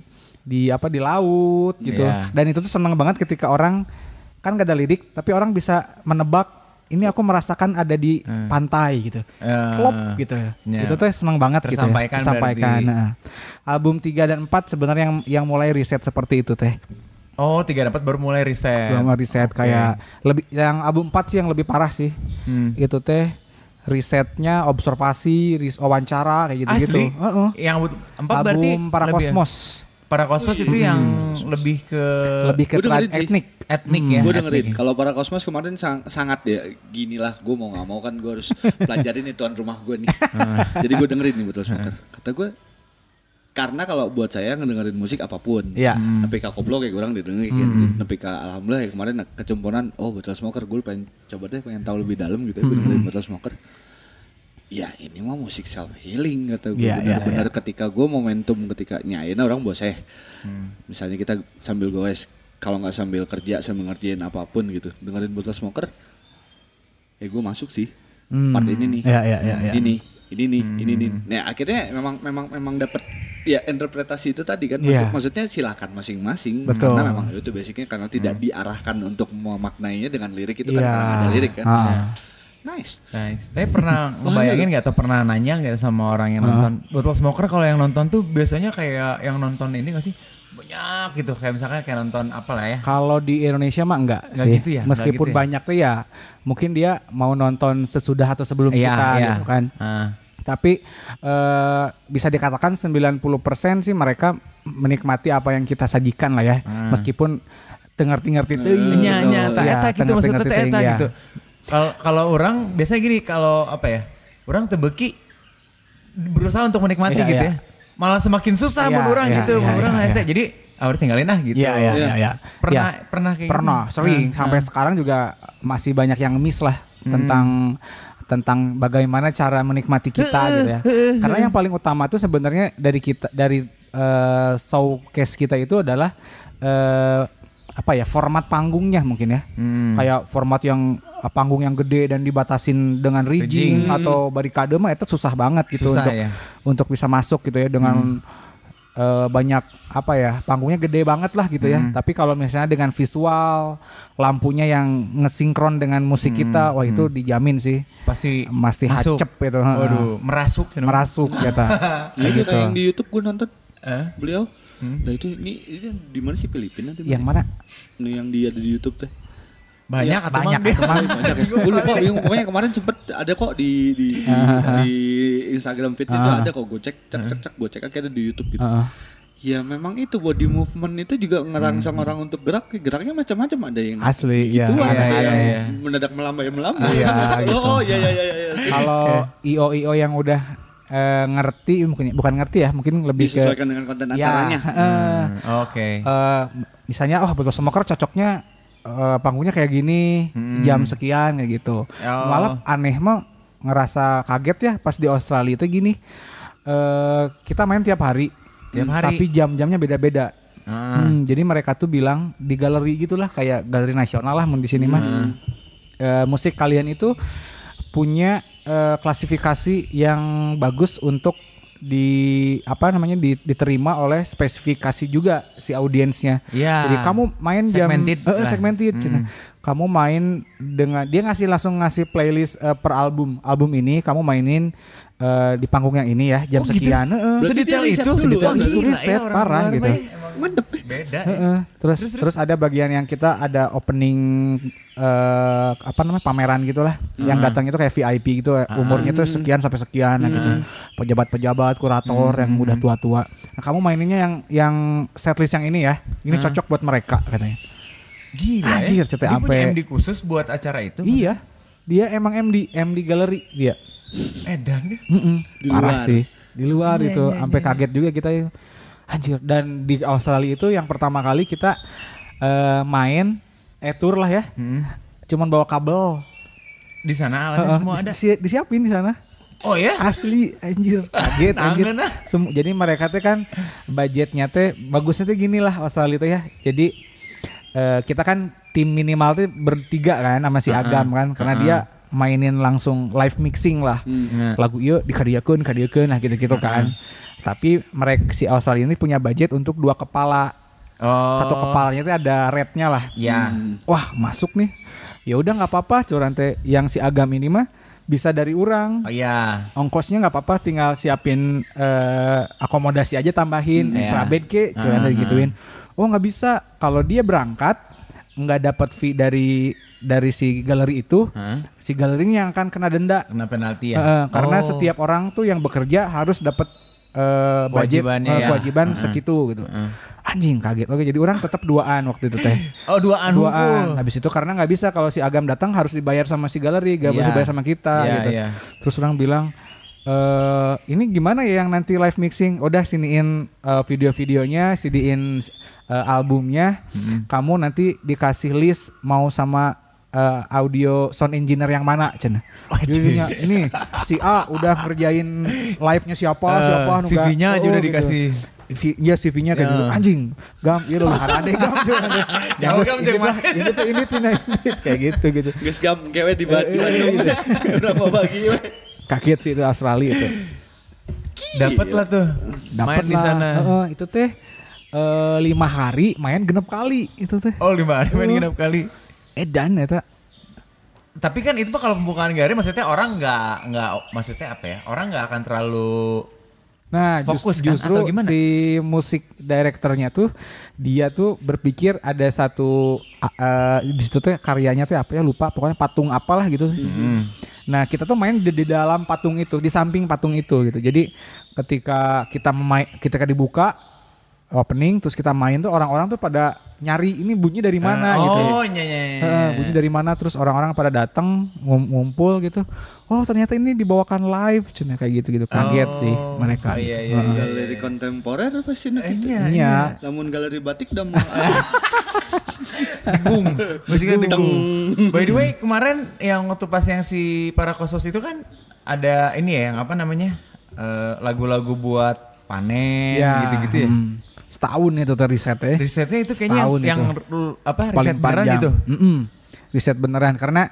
laut gitu. Dan itu tuh seneng banget ketika orang kan gak ada lirik tapi orang bisa menebak ini aku merasakan ada di pantai gitu. Klop gitu. Itu tuh seneng banget tersampaikan gitu ya. Tersampaikan. Nah, album 3 dan 4 sebenarnya yang mulai riset seperti itu teh. Oh, 3 dan 4 baru mulai riset. Kayak lebih yang album 4 sih yang lebih parah sih. Itu teh risetnya observasi, wawancara kayak gitu-gitu. Yang 4 berarti album Para Kosmos. Para Kosmos itu yang lebih ke etnik ya. Gue dengerin. Kalau Para Kosmos kemarin sangat ya gini lah. Gue mau nggak mau kan gue harus pelajarin nih tuan rumah gue nih. Jadi gue dengerin nih Botol Smoker. Kata gue karena kalau buat saya ngedengerin musik apapun, nepi ka koplo kayak orang didengerin, nepi ka alhamdulillah ya kemarin kecemponan. Oh Botol Smoker gue pengen coba deh pengen tahu lebih dalam gitu. Gue dengerin Botol Smoker. Ya ini mah musik self healing kata gue benar-benar ketika gue momentum ketika nyain orang boseh misalnya kita sambil goes kalau nggak sambil kerja sambil ngerjain apapun gitu dengerin Botol Smoker gue masuk sih part ini nih ini nih nah akhirnya memang dapat ya interpretasi itu tadi kan maksudnya silakan masing-masing karena memang itu basicnya karena tidak diarahkan untuk memaknainya dengan lirik itu kan karena ada lirik kan. Nice. Tapi pernah ngebayangin nggak atau pernah nanya nggak sama orang yang nonton Botol Smoker kalau yang nonton tuh biasanya kayak yang nonton ini nggak sih banyak gitu kayak misalkan kayak nonton apa lah ya? Kalau di Indonesia mah enggak sih. Gitu ya? Meskipun gitu banyak tuh ya mungkin dia mau nonton sesudah atau sebelum kita gitu kan. Tapi bisa dikatakan 90% sih mereka menikmati apa yang kita sajikan lah ya. Meskipun ngerti-ngerti tuh. Eta gitu maksudnya eta gitu. Kalau orang biasanya gini kalau apa ya orang tebeki berusaha untuk menikmati gitu ya malah semakin susah buat orang gitu orang rasa jadi harus tinggalin gitu pernah kayak sering sampai sekarang juga masih banyak yang miss lah tentang bagaimana cara menikmati kita gitu ya karena yang paling utama tuh sebenarnya dari showcase kita itu adalah format panggungnya mungkin ya kayak format yang panggung yang gede dan dibatasin dengan rigging atau barikade mah itu susah banget gitu untuk bisa masuk gitu ya dengan banyak panggungnya gede banget lah gitu ya tapi kalau misalnya dengan visual lampunya yang ngesinkron dengan musik kita wah itu dijamin sih pasti hacep gitu. Waduh merasuk kata gitu. Yang di YouTube gue nonton beliau nah itu ini di mana sih Filipina yang mana yang dia ada di YouTube teh Banyak atau banyak dia. Banyak ya. Gue lupa bingung. Pokoknya kemarin sempet ada kok di Instagram feed-nya itu ada kok. Gue cek gue cek akhirnya di YouTube gitu. Ya memang itu body movement itu juga ngerangsang orang untuk gerak. Geraknya macam-macam, ada yang asli gitu, ya. ada yang mendadak melambai. Iya, gitu. Oh iya. Kalau IO yang udah ngerti, bukan ngerti ya, mungkin lebih disesuaikan dengan konten acaranya. Oke. Misalnya Botol Smoker cocoknya panggungnya kayak gini, jam sekian kayak gitu. Malah aneh mah ngerasa kaget ya pas di Australia itu gini. Kita main tiap hari. Tapi jam-jamnya beda-beda. Jadi mereka tuh bilang di galeri gitulah, kayak galeri nasional lah di sini mah. Musik kalian itu punya klasifikasi yang bagus untuk diterima oleh spesifikasi juga si audiensnya. Jadi kamu main segmented. Kamu main dengan dia langsung ngasih playlist per album ini kamu mainin di panggung yang ini ya jam sekian. Sedetail itu riset parah gitu. Mantep. Beda. Terus ada bagian yang kita ada opening pameran gitulah. Yang datang itu kayak VIP gitu, umurnya tuh sekian sampai sekian gitu. Pejabat-pejabat, kurator yang udah tua-tua. Nah, kamu maininnya yang setlist yang ini ya. Ini cocok buat mereka katanya. Gila. Anjir, dia punya MD khusus buat acara itu. Iya. Dia emang MD galeri dia. Edan dia. Parah sih. Di luar itu sampai kaget juga kita. Anjir, dan di Australia itu yang pertama kali kita main tour lah ya. Cuman bawa kabel. Di sana alatnya semua ada. Disiapin di sana. Oh ya? Asli anjir, kaget anjir. Jadi mereka tuh kan budgetnya tuh bagusnya tuh gini lah Australia tuh ya. Jadi kita kan tim minimal tuh bertiga kan sama si Agam kan, karena dia mainin langsung live mixing lah. Lagu yuk dikadiakeun lah gitu-gitu kan. Tapi mereka si Australia ini punya budget untuk 2 kepala. Satu kepalanya itu ada rate-nya lah. Wah, masuk nih. Ya udah enggak apa-apa, curan teh yang si Agam ini mah bisa dari orang. Ongkosnya enggak apa-apa, tinggal siapin akomodasi aja tambahin, extra bed ke, curan teh gituin. Oh, enggak bisa. Kalau dia berangkat enggak dapat fee dari si galeri itu, si galerinya yang akan kena denda. Kena penalti ya. Karena setiap orang tuh yang bekerja harus dapat kewajiban segitu gitu. Anjing kaget. Oke, jadi orang tetap 2an waktu itu teh. Oh, 2an. Habis itu karena nggak bisa, kalau si Agam datang harus dibayar sama si galeri, gak boleh dibayar sama kita gitu. Terus orang bilang ini gimana ya yang nanti live mixing? Udah siniin video-videonya, siniin albumnya. Kamu nanti dikasih list mau sama audio sound engineer yang mana cenah. Jadinya ini si A udah ngerjain live-nya siapa CV-nya aja udah dikasih. Iya CV-nya kayak gitu. Anjing, Gam, iya lu ada Gam. Jauh Gam cuman. Ini kayak gitu. Geus Gam kewe di Bandung. Udah mau bagi we. Kaget sih itu Australia itu. Dapat lah tuh. Main di sana. Itu teh 5 hari main genep kali itu teh. Oh, 5 hari main genep kali. Edan eta. Tapi kan itu mah kalau pembukaan galeri maksudnya orang nggak maksudnya apa ya? Orang nggak akan terlalu fokus justru kan, atau gimana? Si musik directornya tuh dia tuh berpikir ada satu di situ tuh karyanya tuh apa ya, lupa, pokoknya patung apalah gitu. Nah, kita tuh main di dalam patung itu, di samping patung itu gitu. Jadi ketika kita dibuka opening terus kita main tuh orang-orang tuh pada nyari ini bunyi dari mana gitu. Bunyi dari mana, terus orang-orang pada datang ngumpul gitu. Oh, ternyata ini dibawakan live, cina kayak gitu. Kaget sih mereka. Galeri kontemporer pasti gitu. Iya. Namun galeri batik udah mau dengung. Musiknya dengung. By the way, kemarin yang waktu pas yang si Para Kosmos itu kan ada ini ya, yang apa namanya? Lagu-lagu buat panen gitu-gitu ya. Setahun itu risetnya. Risetnya itu kayaknya yang riset beneran gitu. Riset beneran karena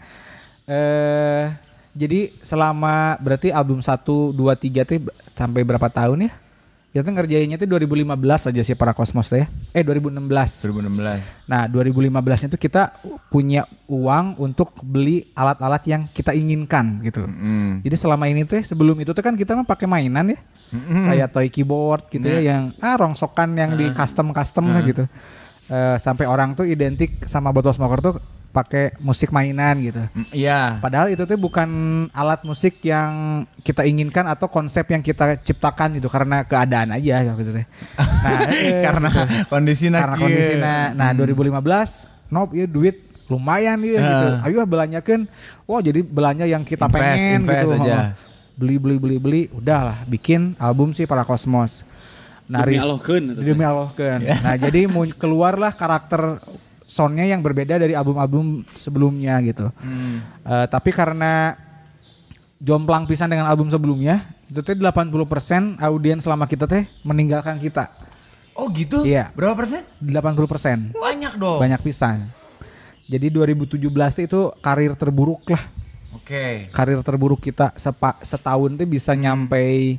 jadi selama berarti album 1, 2, 3 tuh sampai berapa tahun ya? Kita ngerjainnya tuh 2015 aja sih Para Kosmos ya. 2016. Nah, 2015 itu kita punya uang untuk beli alat-alat yang kita inginkan gitu. Jadi selama ini tuh sebelum itu tuh kan kita mah pakai mainan ya. Kayak toy keyboard gitu ya, yang rongsokan yang di custom lah gitu. Sampai orang tuh identik sama Botol Smoker tuh pakai musik mainan gitu. Iya. Padahal itu tuh bukan alat musik yang kita inginkan atau konsep yang kita ciptakan gitu karena keadaan aja gitu teh. Nah, karena kondisinya. Nah, 2015 ya duit lumayan ya gitu. Ayo belanjakan. Wah, jadi belanja yang kita pengen invest gitu. Aja. Beli, udahlah bikin album sih Para Kosmos. Demi Allahkeun. Nah, jadi keluarlah karakter soundnya yang berbeda dari album-album sebelumnya gitu. Tapi karena jomplang pisan dengan album sebelumnya, itu teh 80% audiens selama kita teh meninggalkan kita. Oh gitu? Iya. Berapa persen? 80%. Banyak dong. Banyak pisan. Jadi 2017 itu karir terburuk lah. Oke. Karir terburuk kita setahun tuh bisa nyampe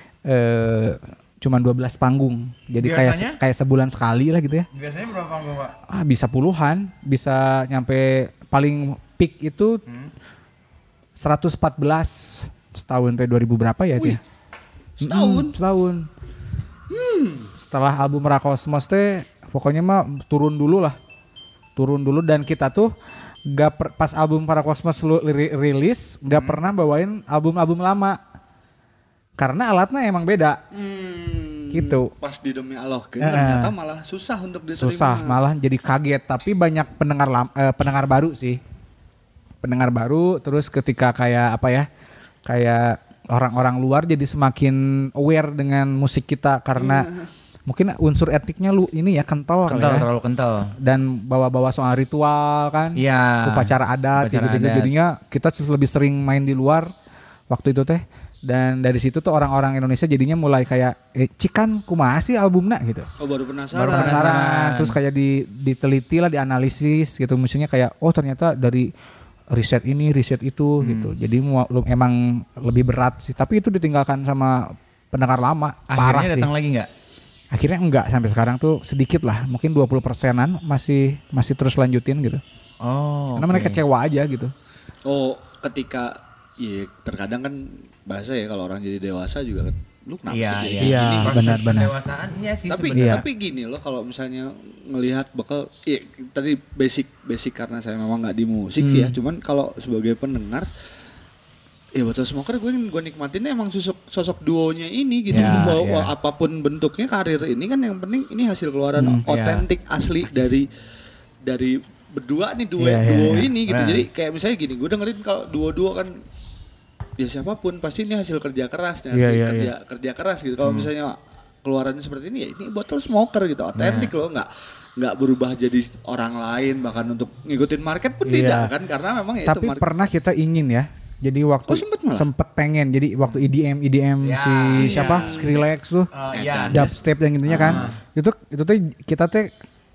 cuman 12 panggung. Jadi kayak sebulan sekali lah gitu ya. Biasanya berapa panggung, Pak? Bisa puluhan, bisa nyampe paling peak itu 114 setahun teh 2000 berapa ya itu ya? Setahun. Setelah album Rakosmos teh pokoknya mah turun dulu dan kita tuh pas album Rakosmos rilis gak pernah bawain album-album lama karena alatnya emang beda. Gitu. Pas di Demi Allah ternyata malah susah untuk diterima. Susah, malah jadi kaget. Tapi banyak pendengar baru sih. Pendengar baru, terus ketika kayak orang-orang luar jadi semakin aware dengan musik kita karena mungkin unsur etiknya kental ya. Terlalu kental. Dan bawa-bawa soal ritual kan. Iya. Upacara adat gitu. Jadinya kita lebih sering main di luar waktu itu teh. Dan dari situ tuh orang-orang Indonesia jadinya mulai kayak Cikan kumaha sih albumna gitu. Oh baru penasaran. Terus kayak diteliti lah, dianalisis gitu. Misalnya kayak ternyata dari riset ini, riset itu gitu. Jadi emang lebih berat sih. Tapi itu ditinggalkan sama pendengar lama. Akhirnya datang lagi nggak? Akhirnya enggak, sampai sekarang tuh sedikit lah. Mungkin 20%-an masih terus lanjutin gitu. Oh. Karena mereka kecewa aja gitu. Oh ketika terkadang kan bahasa ya kalau orang jadi dewasa juga kan lu kenapa sih jadi gini benar pendewasaan sih tapi gini loh kalau misalnya ngelihat bakal tadi basic karena saya memang nggak di musik sih ya cuman kalau sebagai pendengar Bottle Smoker gue nikmatinnya emang sosok duonya ini gitu bahwa apapun bentuknya karir ini kan yang penting ini hasil keluaran otentik asli dari berdua nih duo ini gitu jadi kayak misalnya gini gue dengerin kalau duo kan ya siapapun pasti ini hasil kerja keras kerja keras gitu. Kalau misalnya keluarannya seperti ini ya ini Bottle Smoker gitu, otentik loh, nggak berubah jadi orang lain bahkan untuk ngikutin market pun tidak kan karena memang tapi itu pernah kita ingin ya. Jadi waktu sempet pengen jadi waktu EDM siapa Skrillex tuh dubstep yang intinya kan itu tuh kita tuh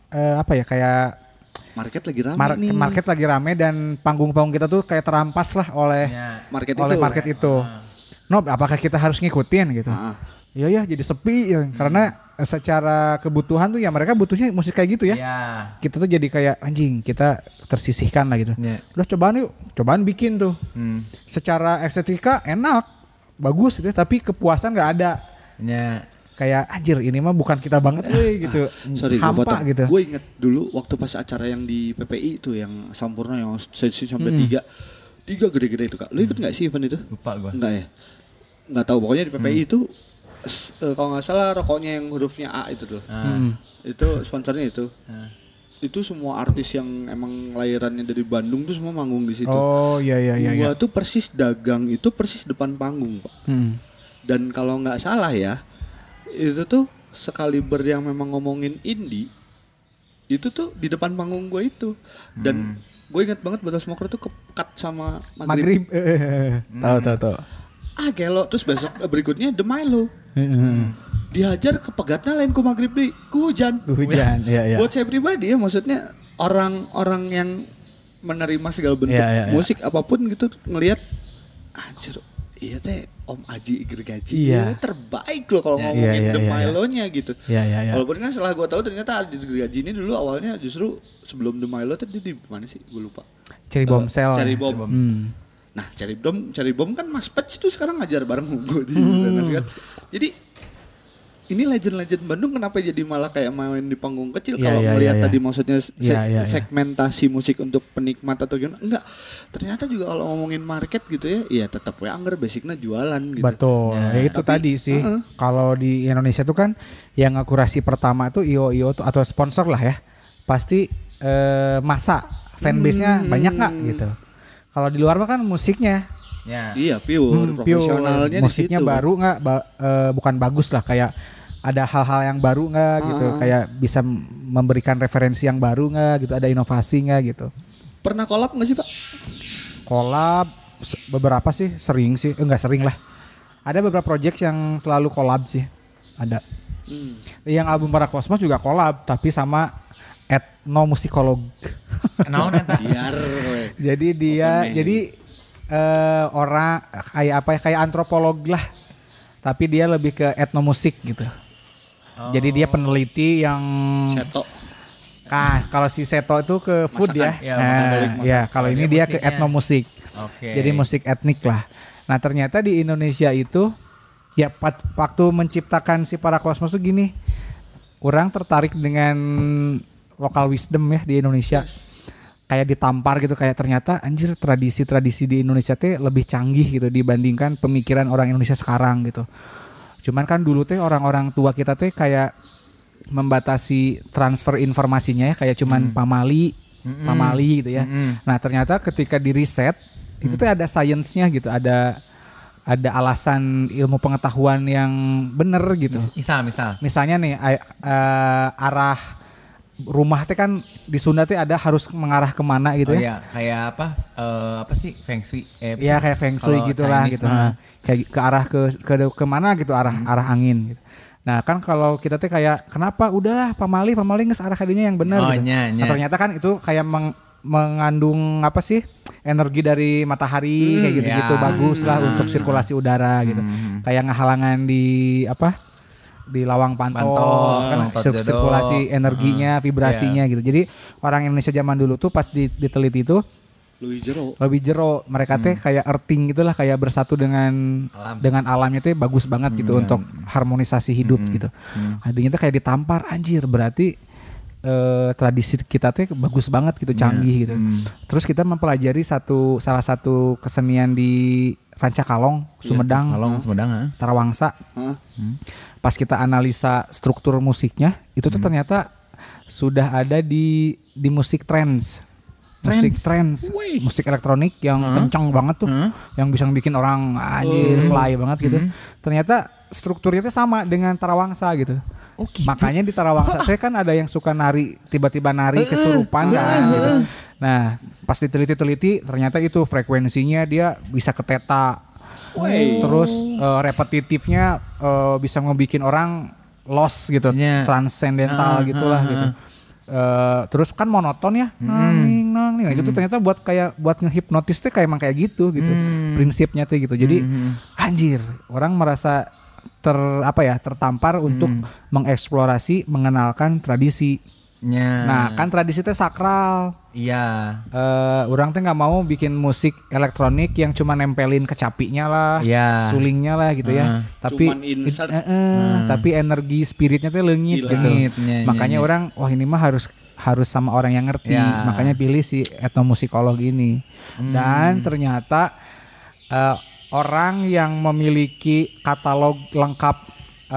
kayak market lagi rame dan panggung-panggung kita tuh kayak terampas lah oleh market itu. Apakah kita harus ngikutin gitu? Iya jadi sepi ya. Karena secara kebutuhan tuh ya mereka butuhnya musik kayak gitu ya. Kita tuh jadi kayak anjing kita tersisihkan lah gitu. Udah cobaan bikin tuh. Secara estetika enak, bagus gitu tapi kepuasan nggak ada. Kayak anjir ini mah bukan kita banget gitu. Sorry hampa gitu. Gue inget dulu waktu pas acara yang di PPI itu yang Sampurna yang sesi sampai tiga gede-gede itu Kak. Lu ikut nggak sih event itu? Lupa gue. Enggak ya. Nggak tahu pokoknya di PPI itu kalau nggak salah rokoknya yang hurufnya A itu tuh. Itu sponsornya itu. Itu semua artis yang emang lahirannya dari Bandung tuh semua manggung di situ. Oh iya. Gua tuh persis dagang itu persis depan panggung Pak. Dan kalau nggak salah ya itu tuh sekaliber yang memang ngomongin indie itu tuh di depan panggung gue itu dan gue ingat banget Bottle Smoker tuh kekat sama Maghrib. Tahu. Gelo terus besok berikutnya The Milo. Dihajar ke pegatnya lain ku Maghrib deh, hujan. Iya. Buat saya pribadi ya maksudnya orang-orang yang menerima segala bentuk musik apapun gitu ngelihat anjir iya teh Om Aji Gergaji terbaik loh kalau ngomongin The Milo-nya gitu. Walaupun kan setelah gue tahu ternyata Aji Gergaji ini dulu awalnya justru sebelum The Milo tadi di mana sih? Gue lupa. Cherry Bombshell. Cherry Bomb. Nah Cherry Bomb kan Mas Pets itu sekarang ngajar bareng gue di kan. Jadi ini legend-legend Bandung kenapa jadi malah kayak main di panggung kecil Iya, kalau iya, melihat iya. tadi maksudnya Iya. segmentasi musik untuk penikmat atau gimana? Enggak. Ternyata juga kalau ngomongin market gitu ya tetap we angger basicnya jualan gitu. Betul, ya itu Tapi, tadi sih. Kalau di Indonesia tuh kan yang akurasi pertama tuh IO tuh atau sponsor lah ya, pasti masa fanbase-nya banyak nggak gitu. Kalau di luar mah kan musiknya, Ya. Iya, pure profesionalnya di musiknya situ. baru nggak, bukan bagus lah, kayak ada hal-hal yang baru nggak gitu, kayak bisa memberikan referensi yang baru nggak gitu, ada inovasi nggak gitu. Pernah collab nggak sih Pak? Collab beberapa sih, sering sih, enggak sering lah. Ada beberapa project yang selalu collab sih, ada. Yang album Para Kosmos juga collab, tapi sama etnomusikolog. Naon eta? Biar we. Jadi dia, orang kayak apa ya, kayak antropolog lah, tapi dia lebih ke etnomusik gitu. Jadi dia peneliti yang Seto. kalau si Seto itu ke food Masakan, ya. makan balik makan. Ya kalau ini dia ke musiknya. etnomusik. Oke. Jadi musik etnik lah. Nah ternyata di Indonesia itu ya waktu menciptakan si Para Kosmos tuh gini, orang tertarik dengan local wisdom ya di Indonesia. Kayak ditampar gitu, kayak ternyata anjir tradisi-tradisi di Indonesia teh lebih canggih gitu dibandingkan pemikiran orang Indonesia sekarang gitu. Cuman kan dulu teh orang-orang tua kita teh kayak membatasi transfer informasinya ya, kayak cuman pamali gitu ya. Nah ternyata ketika di riset itu tuh ada science-nya gitu, ada alasan ilmu pengetahuan yang bener gitu. Misal. Misalnya nih arah rumah teh kan di Sunda teh ada harus mengarah kemana gitu ya. Iya, kayak apa sih Feng Shui? Iya kayak Feng Shui Kalau gitulah Chinese gitu. mah. Kayak ke arah ke kemana gitu, arah angin gitu. Nah kan kalau kita teh kayak kenapa udahlah pamali geus arah kadinya yang benar Oh, gitu. nya. Nah, ternyata kan itu kayak mengandung apa sih energi dari matahari kayak gitu-gitu, ya. bagus lah untuk sirkulasi udara gitu. Kayak ngehalangan di lawang pantol kan Pantot jodoh. sirkulasi energinya, vibrasinya gitu. Jadi orang Indonesia zaman dulu tuh pas diteliti itu lebih jero, mereka teh kayak earthing gitulah, kayak bersatu dengan alamnya teh bagus banget gitu untuk harmonisasi hidup gitu. Adanya tuh kayak ditampar, anjir berarti tradisi kita teh bagus banget gitu, canggih gitu. Terus kita mempelajari salah satu kesenian di Rancakalong, Sumedang, Tarawangsa. Pas kita analisa struktur musiknya, itu tuh ternyata sudah ada di musik trance. Musik trance, musik elektronik yang kencang banget tuh, yang bisa bikin orang anjir fly banget gitu. Ternyata strukturnya tuh sama dengan Tarawangsa gitu. Oh, gitu. Makanya di Tarawangsa saya kan ada yang suka nari, tiba-tiba nari kesurupan kan gitu. Nah, pas diteliti ternyata itu frekuensinya dia bisa ke theta. Terus repetitifnya bisa ngebikin orang lost gitu, transcendental gitulah gitu. Terus kan monoton ya, nang. Nah itu tuh ternyata buat ngehipnotis tuh kayak emang kayak gitu prinsipnya tuh gitu. Jadi anjir, orang merasa tertampar untuk mengeksplorasi, mengenalkan tradisi. Nah kan tradisi teh sakral. Iya. Orang teh nggak mau bikin musik elektronik yang cuma nempelin kecapinya lah, sulingnya lah gitu ya. Tapi tapi energi spiritnya teh leungit gitu. Makanya orang ini mah harus sama orang yang ngerti. Makanya pilih si etnomusikolog ini. Dan ternyata orang yang memiliki katalog lengkap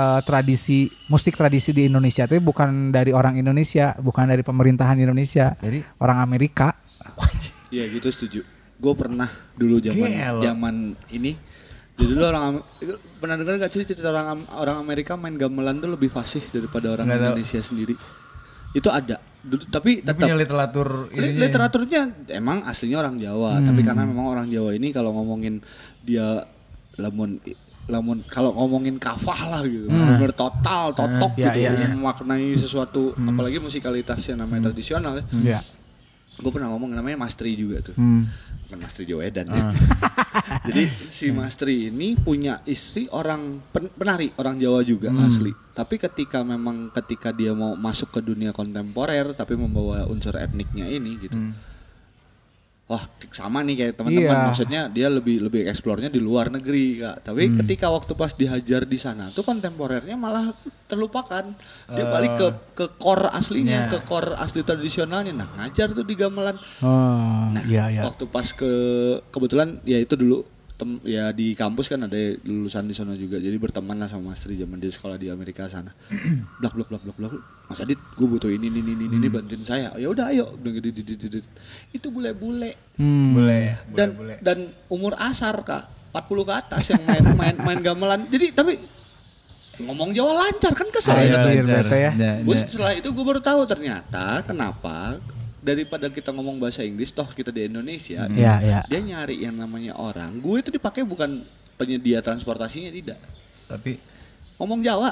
musik tradisi di Indonesia itu bukan dari orang Indonesia, bukan dari pemerintahan Indonesia, dari orang Amerika. Iya gitu, setuju. Gue pernah dulu zaman ini. Jadi dulu pernah dengar nggak sih cerita orang Amerika main gamelan tuh lebih fasih daripada orang Indonesia sendiri. Itu ada. Tapi tetap literaturnya emang aslinya orang Jawa, tapi karena memang orang Jawa ini kalau ngomongin dia lamun kalau ngomongin kafah lah gitu, benar totok gitu, memaknai sesuatu, apalagi musikalitasnya namanya tradisional ya. Gue pernah ngomong namanya Mas Tri juga tuh, bukan Mas Tri Joedan. Jadi si Mas Tri ini punya istri orang penari orang Jawa juga asli. Tapi ketika dia mau masuk ke dunia kontemporer tapi membawa unsur etniknya ini gitu, wah sama nih kayak teman-teman, Iya. maksudnya dia lebih eksplornya di luar negeri Kak. Tapi ketika waktu pas dihajar di sana tuh kontemporernya malah terlupakan. Dia balik ke core aslinya, ke core asli tradisionalnya. Nah ngajar tuh di gamelan. Oh, Nah iya. waktu pas kebetulan ya itu dulu ya di kampus kan ada lulusan di sana juga, jadi berteman lah sama Mas Tri zaman dia sekolah di Amerika sana. blak Mas Adit, gue butuh ini bantuin saya. Ya udah ayo, bilang gitu. Itu bule-bule. Boleh. Dan umur asar Kak, 40 ke atas yang main gamelan. Jadi tapi ngomong Jawa lancar kan kesel ya. Bete ya. Gue setelah itu gue baru tahu ternyata kenapa daripada kita ngomong bahasa Inggris, toh kita di Indonesia, Iya. dia nyari yang namanya orang. Gue itu dipakai bukan penyedia transportasinya, tidak, Tapi ngomong Jawa.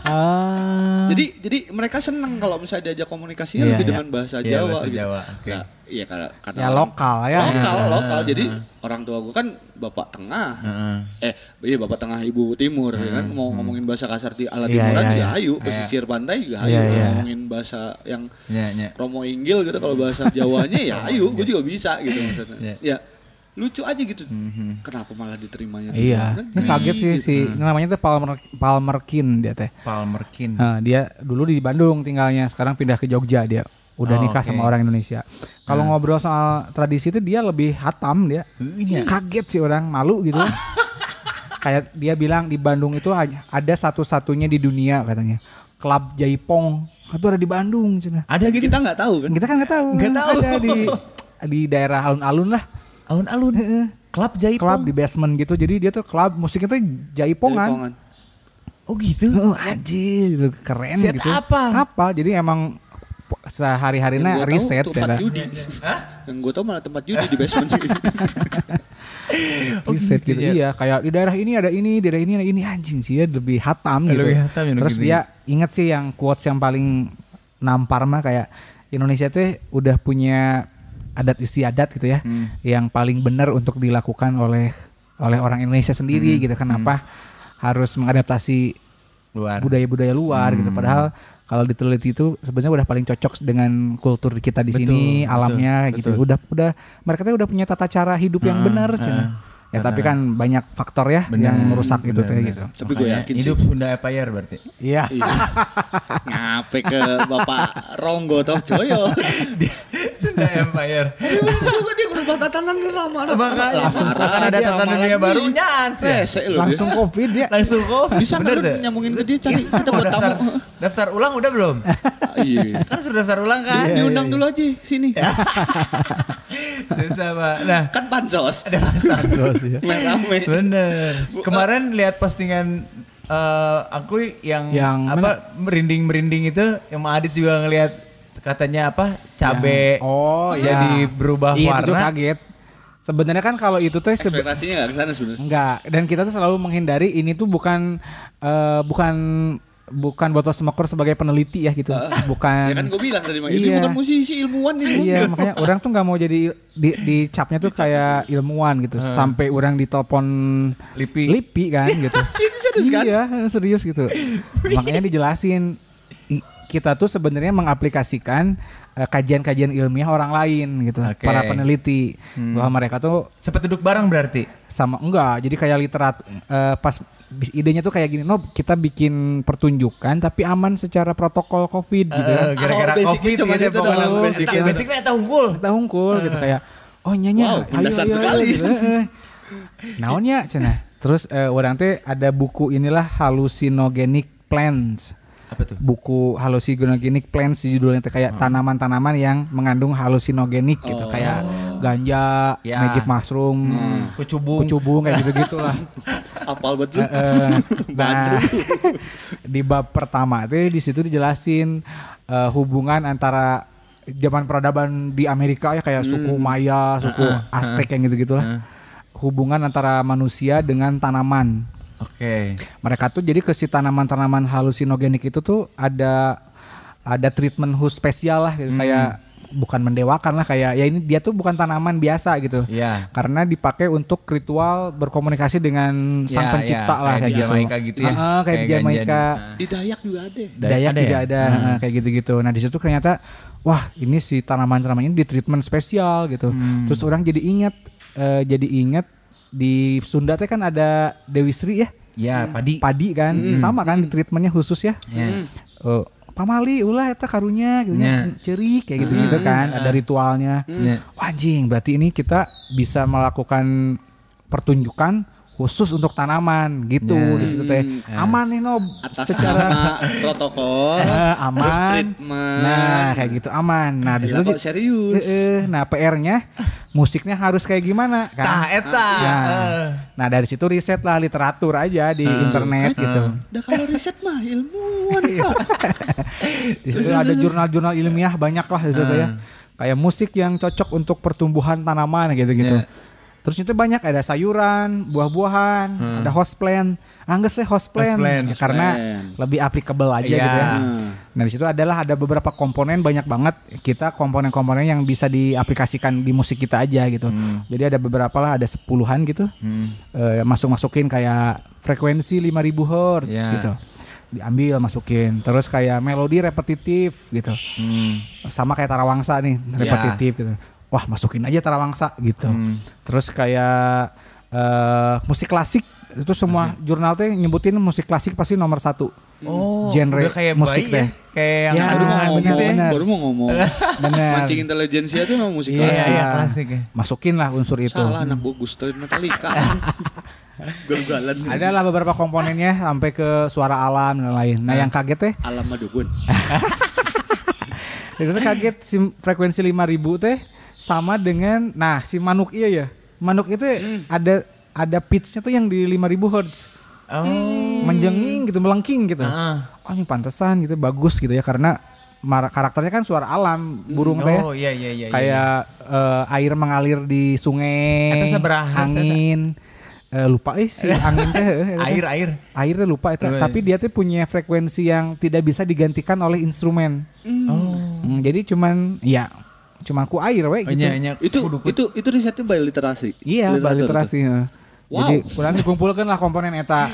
Jadi mereka seneng kalau misalnya diajak komunikasinya lebih dengan bahasa Iya, Jawa. bahasa gitu. Jawa, oke. Nah, iya karena Ya lokal ya. lokal. Jadi orang tua gue kan bapak tengah, bapak tengah ibu timur, ya kan. Mau ngomongin bahasa kasar di ala timuran juga ayu, pesisir pantai juga ayu. Ngomongin bahasa yang Romo Inggil gitu, kalau bahasa Jawanya ya ayu, gue juga bisa gitu maksudnya. Ya lucu aja gitu. Kenapa malah diterimanya di Iya. luar negeri, Kaget sih gitu. si namanya tuh Palmerkin dia teh. Palmerkin. Nah, dia dulu di Bandung tinggalnya, sekarang pindah ke Jogja dia. Udah nikah sama orang Indonesia. Kalau ngobrol soal tradisi itu dia lebih hatam dia. Kaget sih orang, malu gitu. Kayak dia bilang di Bandung itu ada satu-satunya di dunia katanya. Klub Jaipong itu ada di Bandung. Cina. Ada gitu, kita nggak tahu kan? Kita kan nggak tahu. Ada di daerah alun-alun lah. Alun-alun. Klub Jaipong. Klub di basement gitu. Jadi dia tuh klub musiknya tuh Jaipongan. Oh gitu. Anjir gitu, keren Siat gitu. apa? Jadi emang sehari-harinya riset tempat judi. Yang gue tau malah tempat judi di basement sih. Riset gitu. Iya, kayak di daerah ini ada ini, di daerah ini ada ini, anjing sih ya lebih hatam gitu. Lebih hatam ya, Terus gitu. dia inget sih yang quotes yang paling nampar mah kayak Indonesia tuh udah punya adat istiadat gitu ya, yang paling benar untuk dilakukan oleh orang Indonesia sendiri gitu. Kenapa harus mengadaptasi budaya-budaya luar gitu, padahal kalau diteliti itu sebenarnya udah paling cocok dengan kultur kita di sini, alamnya gitu. Udah mereka tuh udah punya tata cara hidup yang benar Cina. Ya tapi kan banyak faktor ya yang merusak gitu teh gitu. Tapi gue yakin hidup sih. Sunda Empire berarti. Iya. Ngape ke Bapak Ronggo toh Joyo. Sunda Empire. Dia berubah tatanan lama. Makanya akan ada tatanan dunia baru nyans ya. Langsung Covid ya. Langsung Covid. Bisa bener tuh. nyambungin ke dia, cari kita buat tamu. Daftar ulang udah belum? Iya. Kan sudah daftar ulang kan? Diundang dulu aja sini. Susah Pak. Nah, Kan pansos. ada masalah. Rame. Bener. Kemarin lihat postingan aku yang apa merinding itu, yang Ma Adit juga ngelihat katanya apa cabe jadi berubah Iya, warna. itu kaget. Sebenarnya kan kalau itu tuh Ekspektasinya nggak kesana sebenarnya. enggak, dan kita tuh selalu menghindari ini tuh bukan botol smoker sebagai peneliti ya gitu. Bukan. Ya kan gue bilang tadi, ini bukan musisi, ilmuwan ini. Iya, makanya orang tuh nggak mau jadi dicapnya tuh kayak ilmuwan gitu. Sampai orang ditelepon lipi kan gitu. Ini serius kan? Iya, serius gitu. Makanya dijelasin kita tuh sebenarnya mengaplikasikan kajian-kajian ilmiah orang lain gitu. Para peneliti bahwa mereka tuh Sempat duduk bareng berarti. sama enggak. Jadi kayak pas idenya tuh kayak gini, kita bikin pertunjukan tapi aman secara protokol COVID gitu kan. Gara-gara COVID cuma gitu itu pokoknya. doang, basicnya. Basicnya eta unggul. Kita hungkul gitu kayak nyanyi. Wow, mendasar sekali. Gitu. Naonnya cenah. Terus orang teh ada buku inilah Hallucinogenic Plants. Apa tuh? Buku Hallucinogenic Plants judulnya teh kayak tanaman-tanaman yang mengandung halusinogenik gitu, kayak ganja, magic mushroom, kucubung kayak gitu-gitulah. Apal betul. Nah, di bab pertama teh di situ dijelasin hubungan antara zaman peradaban di Amerika ya, kayak suku Maya, suku Aztec yang gitu-gitulah. Hubungan antara manusia dengan tanaman. Oke. Mereka tuh jadi ke si tanaman-tanaman halusinogenik itu tuh ada treatment khusus spesial lah gitu. bukan mendewakan lah, kayak ya ini dia tuh bukan tanaman biasa gitu. Iya. Karena dipakai untuk ritual berkomunikasi dengan sang pencipta lah kayak di gitu. Jamaika gitu ya. Kayak di Jamaika. Di Dayak juga ada. Dayak juga ada kayak gitu-gitu. Nah di situ ternyata wah ini si tanaman-tanaman ini di treatment spesial gitu. Terus orang jadi ingat di Sunda teh kan ada Dewi Sri ya. Ya, Padi kan sama kan di treatmentnya khusus ya. Pamali ulah eta karunya gitu cerik kayak gitu-gitu kan, ada ritualnya. Wah, anjing, berarti ini kita bisa melakukan pertunjukan khusus untuk tanaman gitu di situ teh. Aman nih Nob Atas secara nama protokol, aman. terus treatment. Nah, kayak gitu aman. Nah, di situ kok serius. nah, PR-nya musiknya harus kayak gimana kan? Tah eta. Nah, dari situ riset lah literatur aja di internet gitu. Udah kalau riset mah ilmuwan Pak. Di situ ada jurnal-jurnal ilmiah banyak lah di situ ya. Kayak musik yang cocok untuk pertumbuhan tanaman gitu-gitu. Terus itu banyak ada sayuran, buah-buahan, ada houseplant. Anggap sih houseplant ya, karena lebih applicable aja gitu ya. Nah di situ ada beberapa komponen banyak banget. Kita komponen-komponen yang bisa diaplikasikan di musik kita aja gitu. Jadi ada beberapa lah, ada 10-an gitu. Masukin kayak frekuensi 5000 Hz gitu. Diambil masukin. Terus kayak melodi repetitif gitu. Sama kayak tarawangsa nih, repetitif gitu. Wah masukin aja tarawangsa gitu. Terus kayak musik klasik itu semua jurnal tuh nyebutin musik klasik pasti nomor 1. Genre udah kayak musik ya. Kayak yang baru mau ngomong. Mancing intelijensia tuh memang musik klasik. Iya, klasik ya. Masukin lah unsur itu. Salah anak gue Gustoin Metallica. Galugalan. Ada lah beberapa komponennya sampai ke suara alam dan lain. Nah yang kaget teh alam madukun. itu kaget si frekuensi 5000 teh sama dengan si manuk iya ya. Manuk itu ada pitch-nya tuh yang di 5000 Hz. Menjenging gitu, melengking gitu. Oh, ini pantesan gitu, bagus gitu ya karena karakternya kan suara alam, burung teh. Oh iya. Kayak air mengalir di sungai, angin. Lupa si angin teh. Air teh lupa itu. Tapi dia tuh punya frekuensi yang tidak bisa digantikan oleh instrumen. Jadi cuman ku air gitu. Itu risetnya by literasi. Iya, by literasi. Wow. Jadi kurang dikumpulkan lah komponen eta.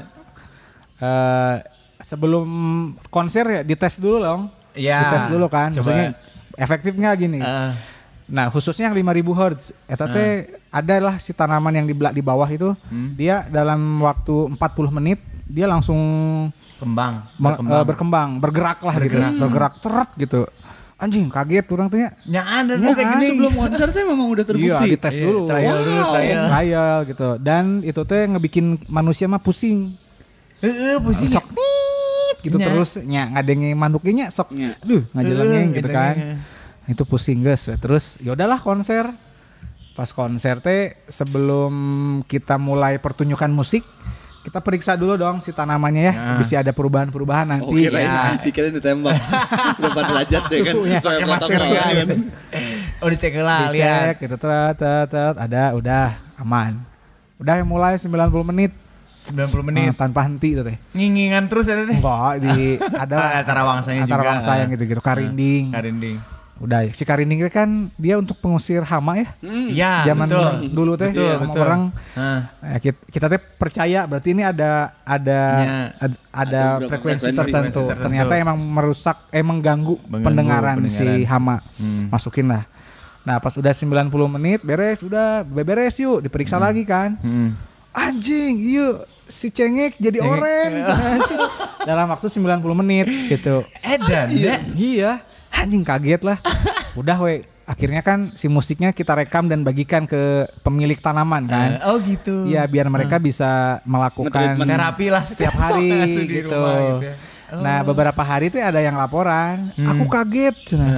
Sebelum konser ya dites dulu dong. Iya. Dites dulu kan. Coba. Maksudnya efektif nggak gini. Nah khususnya yang 5000 Hz. Eta teh adalah si tanaman yang di bawah itu. Dia dalam waktu 40 menit dia langsung berkembang, bergerak lah gitu. Bergerak teret gitu. Anjing kaget orang tuh ya. Ada sebelum konser tuh memang udah terbukti. Iya, dites dulu. Trial gitu. Dan itu teh ngebikin manusia mah pusing. Pusing. Sok gitu terus ngadengi manuknya sok. Aduh, ngajelengeng gitu kan. Itu pusing guys. Terus ya udahlah konser. Pas konser teh sebelum kita mulai pertunjukan musik, kita periksa dulu dong si tanamannya ya, bisa ada perubahan-perubahan nanti. Dikirain ditembak. Berapa derajat ya kan sesuai protokol kan. Dicek lah, lihat. Gitu ada, udah aman. Udah mulai 90 menit. Tanpa henti itu teh. Ngingingan terus ya teh. Enggak, ada tarawangsanya juga. Tarawangsa yang gitu-gitu, karinding. Udah si karinding kan dia untuk pengusir hama ya. Iya, zaman dulu teh orang kita teh percaya berarti ini ada frekuensi tertentu. Ternyata emang mengganggu pendengaran si hama. Masukin lah. Nah, pas udah 90 menit beres yuk diperiksa lagi kan. Anjing, yuk si cengek jadi orange. Dalam waktu 90 menit gitu. Edan Iya. Anjing kaget lah. Udah akhirnya kan si musiknya kita rekam dan bagikan ke pemilik tanaman kan. Gitu. Iya biar mereka bisa melakukan terapi lah setiap hari gitu. Nah beberapa hari tuh ada yang laporan. Aku kaget.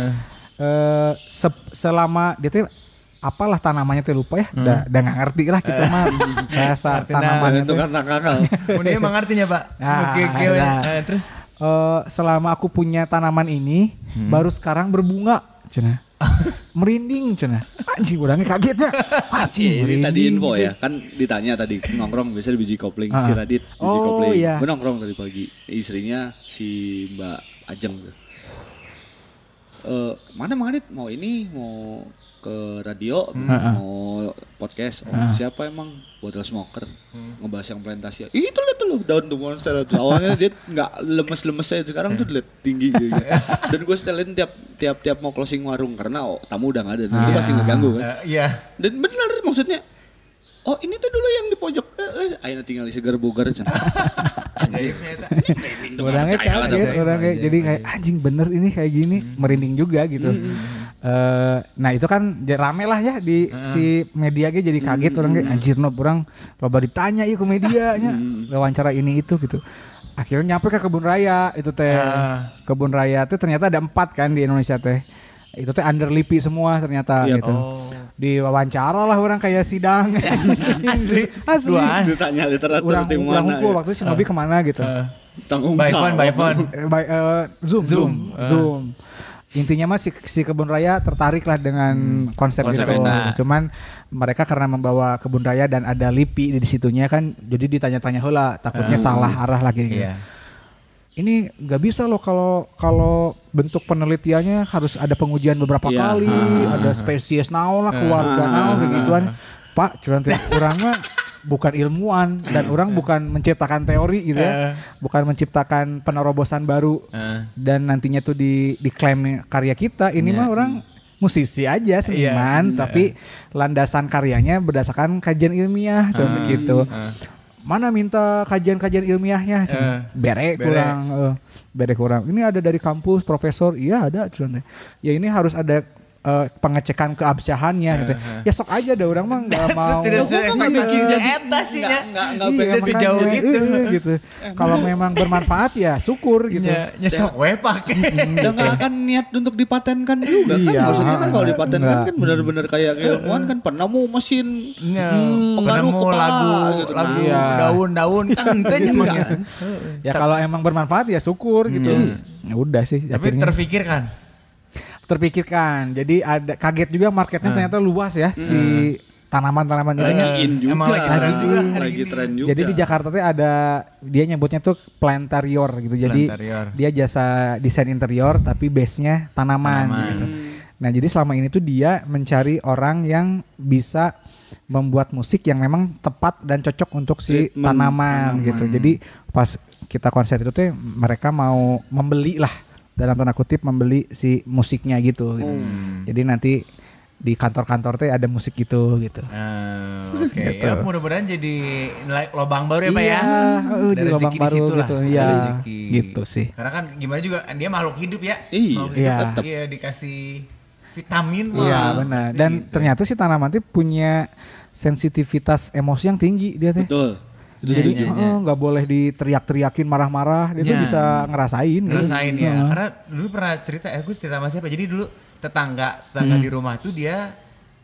Selama dia tuh apalah tanamannya tuh lupa ya. Udah nggak ngerti lah kita mah bahasa tanaman itu kan nakal. Dia emang artinya Pak. Terus selama aku punya tanaman ini baru sekarang berbunga cenah. Merinding cenah. Anjing orangnya kagetnya. Anjing. Ini tadi info ya, kan ditanya tadi nongkrong biasa di biji kopling si Radit biji kopling. Iya. Gue nongkrong tadi pagi. Istrinya si Mbak Ajeng tuh. mana Mang Adit mau ke radio, mau podcast, siapa emang Bottle Smoker ngebahas yang presentasi. Itu lihat tuh daun tuh monster tuh. Awalnya dia nggak lemes-lemes aja, sekarang tuh lihat tinggi gitu. Dan gue setelin tiap mau closing warung karena tamu udah nggak ada, itu pasti ngeganggu kan. Dan benar maksudnya. Oh ini tuh dulu yang di pojok, ayo tinggal di segar bogar aja. Orangnya kaget, jadi kayak anjing bener ini kayak gini, merinding juga gitu. Nah itu kan rame lah ya di si media jadi kaget orang kayak anjir orang loba ditanya ya ke medianya wawancara ini itu gitu. Akhirnya nyampe ke kebun raya itu teh. Kebun raya tuh ternyata ada 4 kan di Indonesia teh. Itu teh under LIPI semua ternyata gitu. Diwawancara lah orang kayak sidang. Asli. Ditanya literatur di mana. Urang waktu si Nobi kemana gitu. Tanggung by phone. Zoom. Intinya mah si kebun raya tertarik lah dengan konsep gitu. Cuman mereka karena membawa kebun raya dan ada LIPI di situnya kan, jadi ditanya-tanya heula, takutnya salah arah lagi. Gitu. Ini nggak bisa loh kalau bentuk penelitiannya harus ada pengujian beberapa kali, ada spesies naon lah, keluarga naon begituan. Pak, cuman orang mah bukan ilmuwan dan orang bukan menciptakan teori gitu ya, bukan menciptakan penerobosan baru dan nantinya tuh diklaim karya kita. Ini mah orang musisi aja, seniman, tapi landasan karyanya berdasarkan kajian ilmiah gitu. Mana minta kajian-kajian ilmiahnya? Bere kurang. Ini ada dari kampus profesor, iya ada cuman. Ya ini harus ada pengecekan keabsahannya gitu. Ya sok aja dah orang mah enggak mau. Tidak seekspektasinya eta sih nya. Enggak sejauh itu gitu. Kalau memang bermanfaat ya syukur gitu. Ya sok we pake. Dan enggak akan niat untuk dipatenkan juga kan. Maksudnya kan kalau dipatenkan kan benar-benar kayak ilmuwan kan penemu mesin, pengaruh kepala gitu. Lagu daun-daun kan itu emangnya. Ya kalau emang bermanfaat ya syukur gitu. Ya udah sih. Tapi terpikirkan. Jadi ada kaget juga marketnya ternyata luas ya si tanaman-tanaman itu. Emang lagi tren juga. Jadi di Jakarta tuh ada, dia nyebutnya tuh plantarior gitu. Jadi dia jasa desain interior tapi base-nya tanaman. Gitu. Nah jadi selama ini tuh dia mencari orang yang bisa membuat musik yang memang tepat dan cocok untuk si tanaman gitu. Jadi pas kita konser itu tuh mereka mau membeli lah, dalam tanda kutip membeli si musiknya gitu. Jadi nanti di kantor-kantor teh ada musik gitu. Oke. Gitu. Ya mudah-mudahan jadi lobang baru ya Pak ya. Di lobang baru gitu. Iya. Gitu sih. Karena kan gimana juga dia makhluk hidup ya. Iya. Dikasih vitamin. Iya benar. Dan gitu. Ternyata si tanaman itu punya sensitivitas emosi yang tinggi dia teh. Betul. Jadi nggak boleh diteriak-teriakin marah-marah, dia tuh bisa ngerasain ya. Karena dulu pernah cerita, gue cerita sama siapa. Jadi dulu tetangga di rumah tuh dia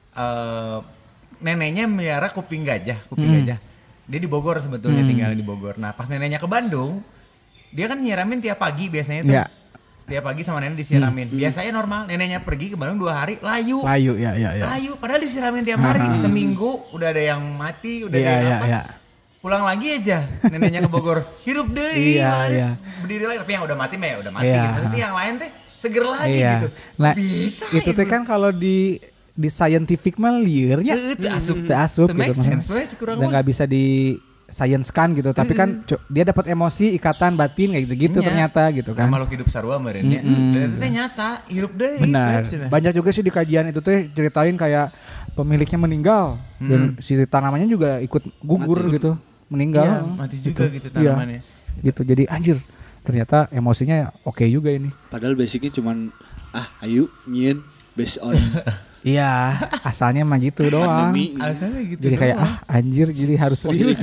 neneknya melihara kuping gajah. Dia di Bogor sebetulnya, tinggal di Bogor. Nah pas neneknya ke Bandung, dia kan nyiramin tiap pagi biasanya tuh. Tiap pagi sama nenek disiramin. Biasanya normal, neneknya pergi ke Bandung 2 hari, layu. Layu, padahal disiramin tiap hari. Seminggu udah ada yang mati, udah ada yang apa. Pulang lagi aja neneknya ke Bogor, hirup deh, berdiri lagi, tapi yang udah mati udah mati gitu. Tapi yang lain teh seger lagi gitu. Nah, bisa itu teh kan kalau di scientific mah liarnya itu asup gitu. Dan nggak bisa di science kan gitu, tapi kan dia dapat emosi, ikatan batin kayak gitu ternyata gitu kan. Makhluk hidup sarua meureunnya. Dan itu teh nyata, hirup deui. Benar. Banyak juga sih di kajian itu teh ceritain kayak pemiliknya meninggal dan si tanamannya juga ikut gugur gitu, meninggal. Mati juga gitu tanamannya. Gitu. Jadi anjir, ternyata emosinya oke juga ini. Padahal basicnya cuman ayo nyin based on iya, asalnya mah gitu doang. Asalnya gitu. Jadi kayak anjir, jadi harus serius.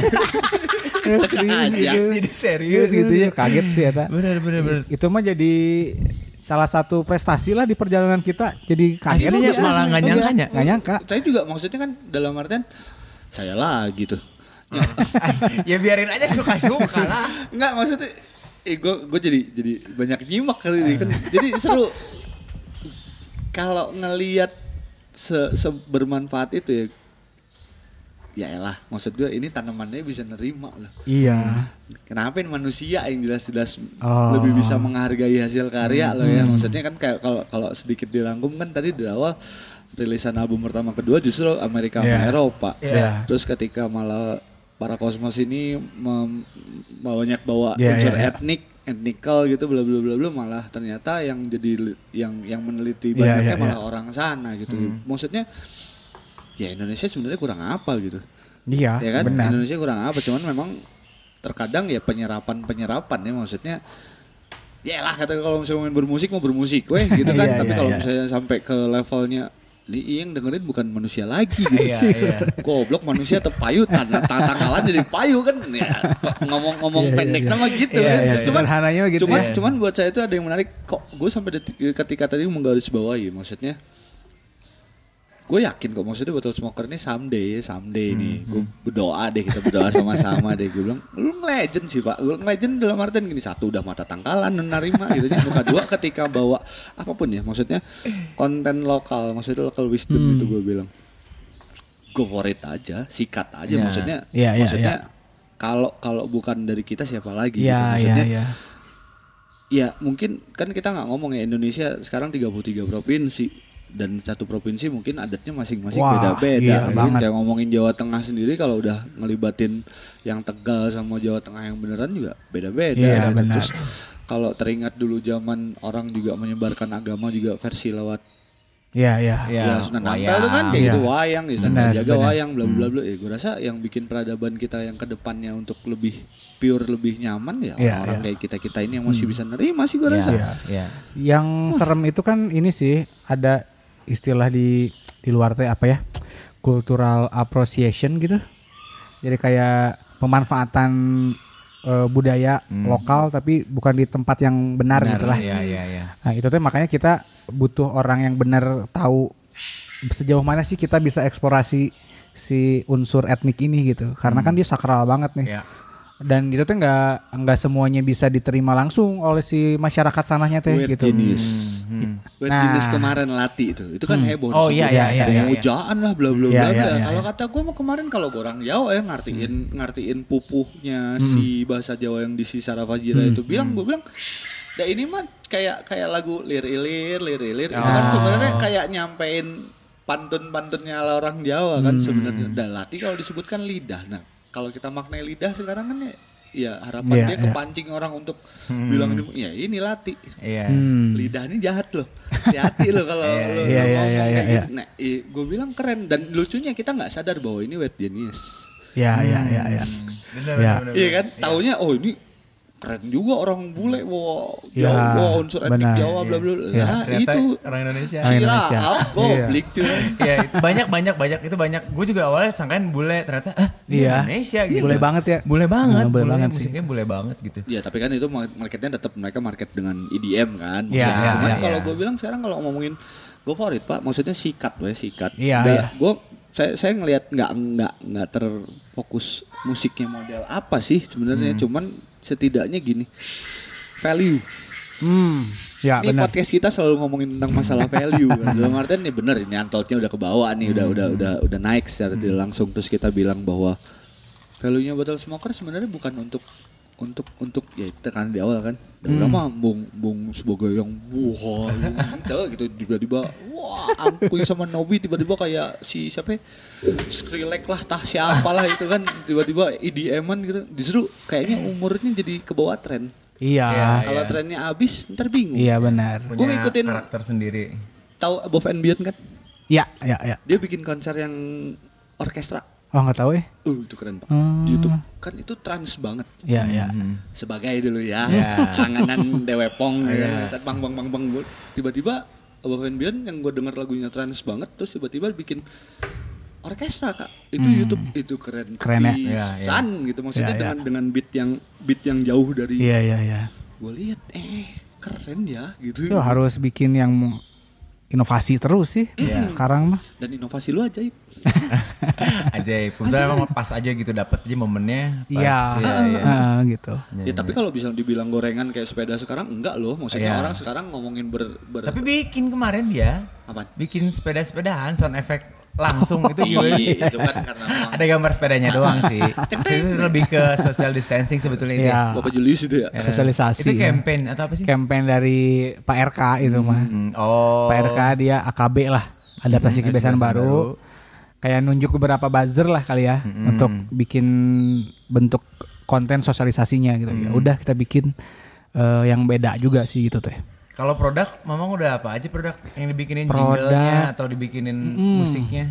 Jadi serius gitu ya. Kaget sih eta. Benar. Itu mah jadi salah satu prestasi lah di perjalanan kita. Jadi kaget ya, malah nggak nyangka. Saya juga maksudnya kan dalam artian saya lah gitu. Ya biarin aja suka-suka lah. Enggak maksudnya gue jadi banyak nyimak kali ini kan. Jadi seru. Kalau ngelihat sebermanfaat itu ya, ya elah, maksud gue ini tanamannya bisa nerima loh. Iya. Kenapa ini manusia yang jelas-jelas lebih bisa menghargai hasil karya loh ya. Maksudnya kan kayak kalau sedikit dirangkum kan tadi di awal rilisan album pertama kedua justru Amerika sama Eropa. Terus ketika malah Para Kosmos ini banyak bawa unsur etnikal gitu bla bla bla bla, malah ternyata yang jadi yang meneliti banyaknya malah orang sana gitu. Maksudnya ya Indonesia sebenarnya kurang apa gitu. Iya, ya kan? benar. Indonesia kurang apa, cuman memang terkadang ya penyerapan ya maksudnya. Ya lah kata kalau misalnya main bermusik mau bermusik weh gitu kan. Tapi kalau misalnya sampai ke levelnya yang dengerin bukan manusia lagi gitu. Goblok manusia atau payu tanggalan jadi payu kan ya. Ngomong pendek nama gitu kan. Cuman buat saya itu ada yang menarik kok gue sampai ketika tadi menggarisbawahi maksudnya. Gue yakin kok maksudnya Bottle Smoker ini someday nih gue berdoa deh, kita berdoa sama-sama deh. Gue bilang lu legend sih pak, lu legend dalam artian gini, satu udah mata tangkalan menerima gitu ya, kedua ketika bawa apapun ya maksudnya konten lokal, maksudnya local wisdom itu gue bilang go for it aja, sikat aja maksudnya kalau bukan dari kita siapa lagi gitu maksudnya. Ya mungkin kan kita nggak ngomong ya Indonesia sekarang 33 provinsi. Dan satu provinsi mungkin adatnya masing-masing beda-beda. Kayak ngomongin Jawa Tengah sendiri kalau udah ngelibatin yang Tegal sama Jawa Tengah yang beneran juga beda-beda. Terus kalau teringat dulu zaman orang juga menyebarkan agama juga versi lewat Sunan Ampel itu kan kayak gitu wayang, Sunan Jaga wayang, bla bla bla. Gue rasa yang bikin peradaban kita yang kedepannya untuk lebih pure, lebih nyaman ya orang-orang kayak kita ini yang masih bisa nerima sih gue rasa. Yang serem itu kan ini sih ada istilah di luar teh apa ya, cultural appreciation gitu. Jadi kayak pemanfaatan budaya lokal tapi bukan di tempat yang benar gitu lah. Nah itu tuh makanya kita butuh orang yang benar tahu sejauh mana sih kita bisa eksplorasi si unsur etnik ini gitu. Karena kan dia sakral banget nih. Dan itu tuh nggak semuanya bisa diterima langsung oleh si masyarakat sananya teh gitu. Jenis kemarin Lati itu kan heboh. Oh iya. Pujaan lah bla bla bla. Kalau kata gue mau kemarin kalau orang Jawa ya ngartiin pupuhnya si bahasa Jawa yang di si Sarafajira itu gue bilang, "Da ini mah kayak lagu lir-ilir itu kan sebenarnya kayak nyampein pantun-pantunnya ala orang Jawa kan sebenarnya. Dan Lati kalau disebutkan lidah. Nah, kalau kita maknai lidah sekarang kan ya harapan dia kepancing orang untuk bilang ini Lati. Lidah ini jahat loh. Hati-hati loh kalau lo ngomong kayak gitu. Nah, gue bilang keren dan lucunya kita nggak sadar bahwa ini wet genius. Benar. Iya kan? Taunya ini keren juga orang bule bawa unsur etnik Jawa bla bla bla. Itu orang Indonesia. Goblik cuy. Itu banyak itu banyak. Gue juga awalnya sangkain bule, ternyata Indonesia gitu. Bule banget ya. Bule banget musiknya bule banget gitu. Ya tapi kan itu marketnya tetap mereka market dengan EDM kan. Cuman kalau gue bilang sekarang kalau ngomongin go for it pak, maksudnya sikat. Saya ngelihat nggak terfokus musiknya model apa sih sebenarnya, cuman setidaknya gini, value. Ini bener. Podcast kita selalu ngomongin tentang masalah value kan. Dalam artian nih bener ini Untold-nya udah ke bawah nih, udah naik secara tidak langsung. Terus kita bilang bahwa value-nya Bottle Smoker sebenarnya bukan untuk ya itu kan di awal kan. Udah mah bung sebagai yang gitu tiba-tiba Angkuy sama Nobi tiba-tiba kayak si siapa Skrillex lah siapalah itu kan tiba-tiba EDM-an gitu. Justru kayaknya umurnya jadi ke bawah tren. Kalau trennya habis ntar bingung. Iya benar. Gue ngikutin karakter sendiri. Tahu Above and Beyond kan? Iya. Dia bikin konser yang orkestra. Oh nggak tahu ya? Itu keren pak. Di YouTube kan itu trans banget. Iya. Sebagai dulu ya. Langanan Dewepong gitu. Bang. Tiba-tiba Above and Beyond yang gue dengar lagunya trans banget, terus tiba-tiba bikin orkestra kak. Itu YouTube itu keren pisan gitu. Maksudnya dengan beat yang jauh dari. Iya. Gue lihat keren ya gitu. Lo harus bikin yang inovasi terus sih sekarang mah. Dan inovasi lu ajaib. Ajaib. Udah emang pas aja gitu, dapet aja momennya. Iya. Gitu. Ya tapi kalau bisa dibilang gorengan kayak sepeda sekarang enggak loh. Maksudnya orang sekarang ngomongin Tapi bikin kemarin dia. Apaan? Bikin sepeda-sepedaan sound effect langsung itu gimana? Itu kan karena memang Ada gambar sepedanya doang sih. Itu lebih ke social distancing sebetulnya itu. Iya. Bapak Julius itu ya. Sosialisasi. Itu ya. campaign atau apa sih? Campaign dari Pak RK itu mah. Oh. Pak RK dia AKB lah, adaptasi kebiasaan baru. Kayak nunjuk beberapa buzzer lah kali ya untuk bikin bentuk konten sosialisasinya gitu. Ya udah kita bikin yang beda juga sih gitu teh. Kalau produk, Mamang udah apa aja produk yang dibikinin Produk. jinglenya atau dibikinin musiknya?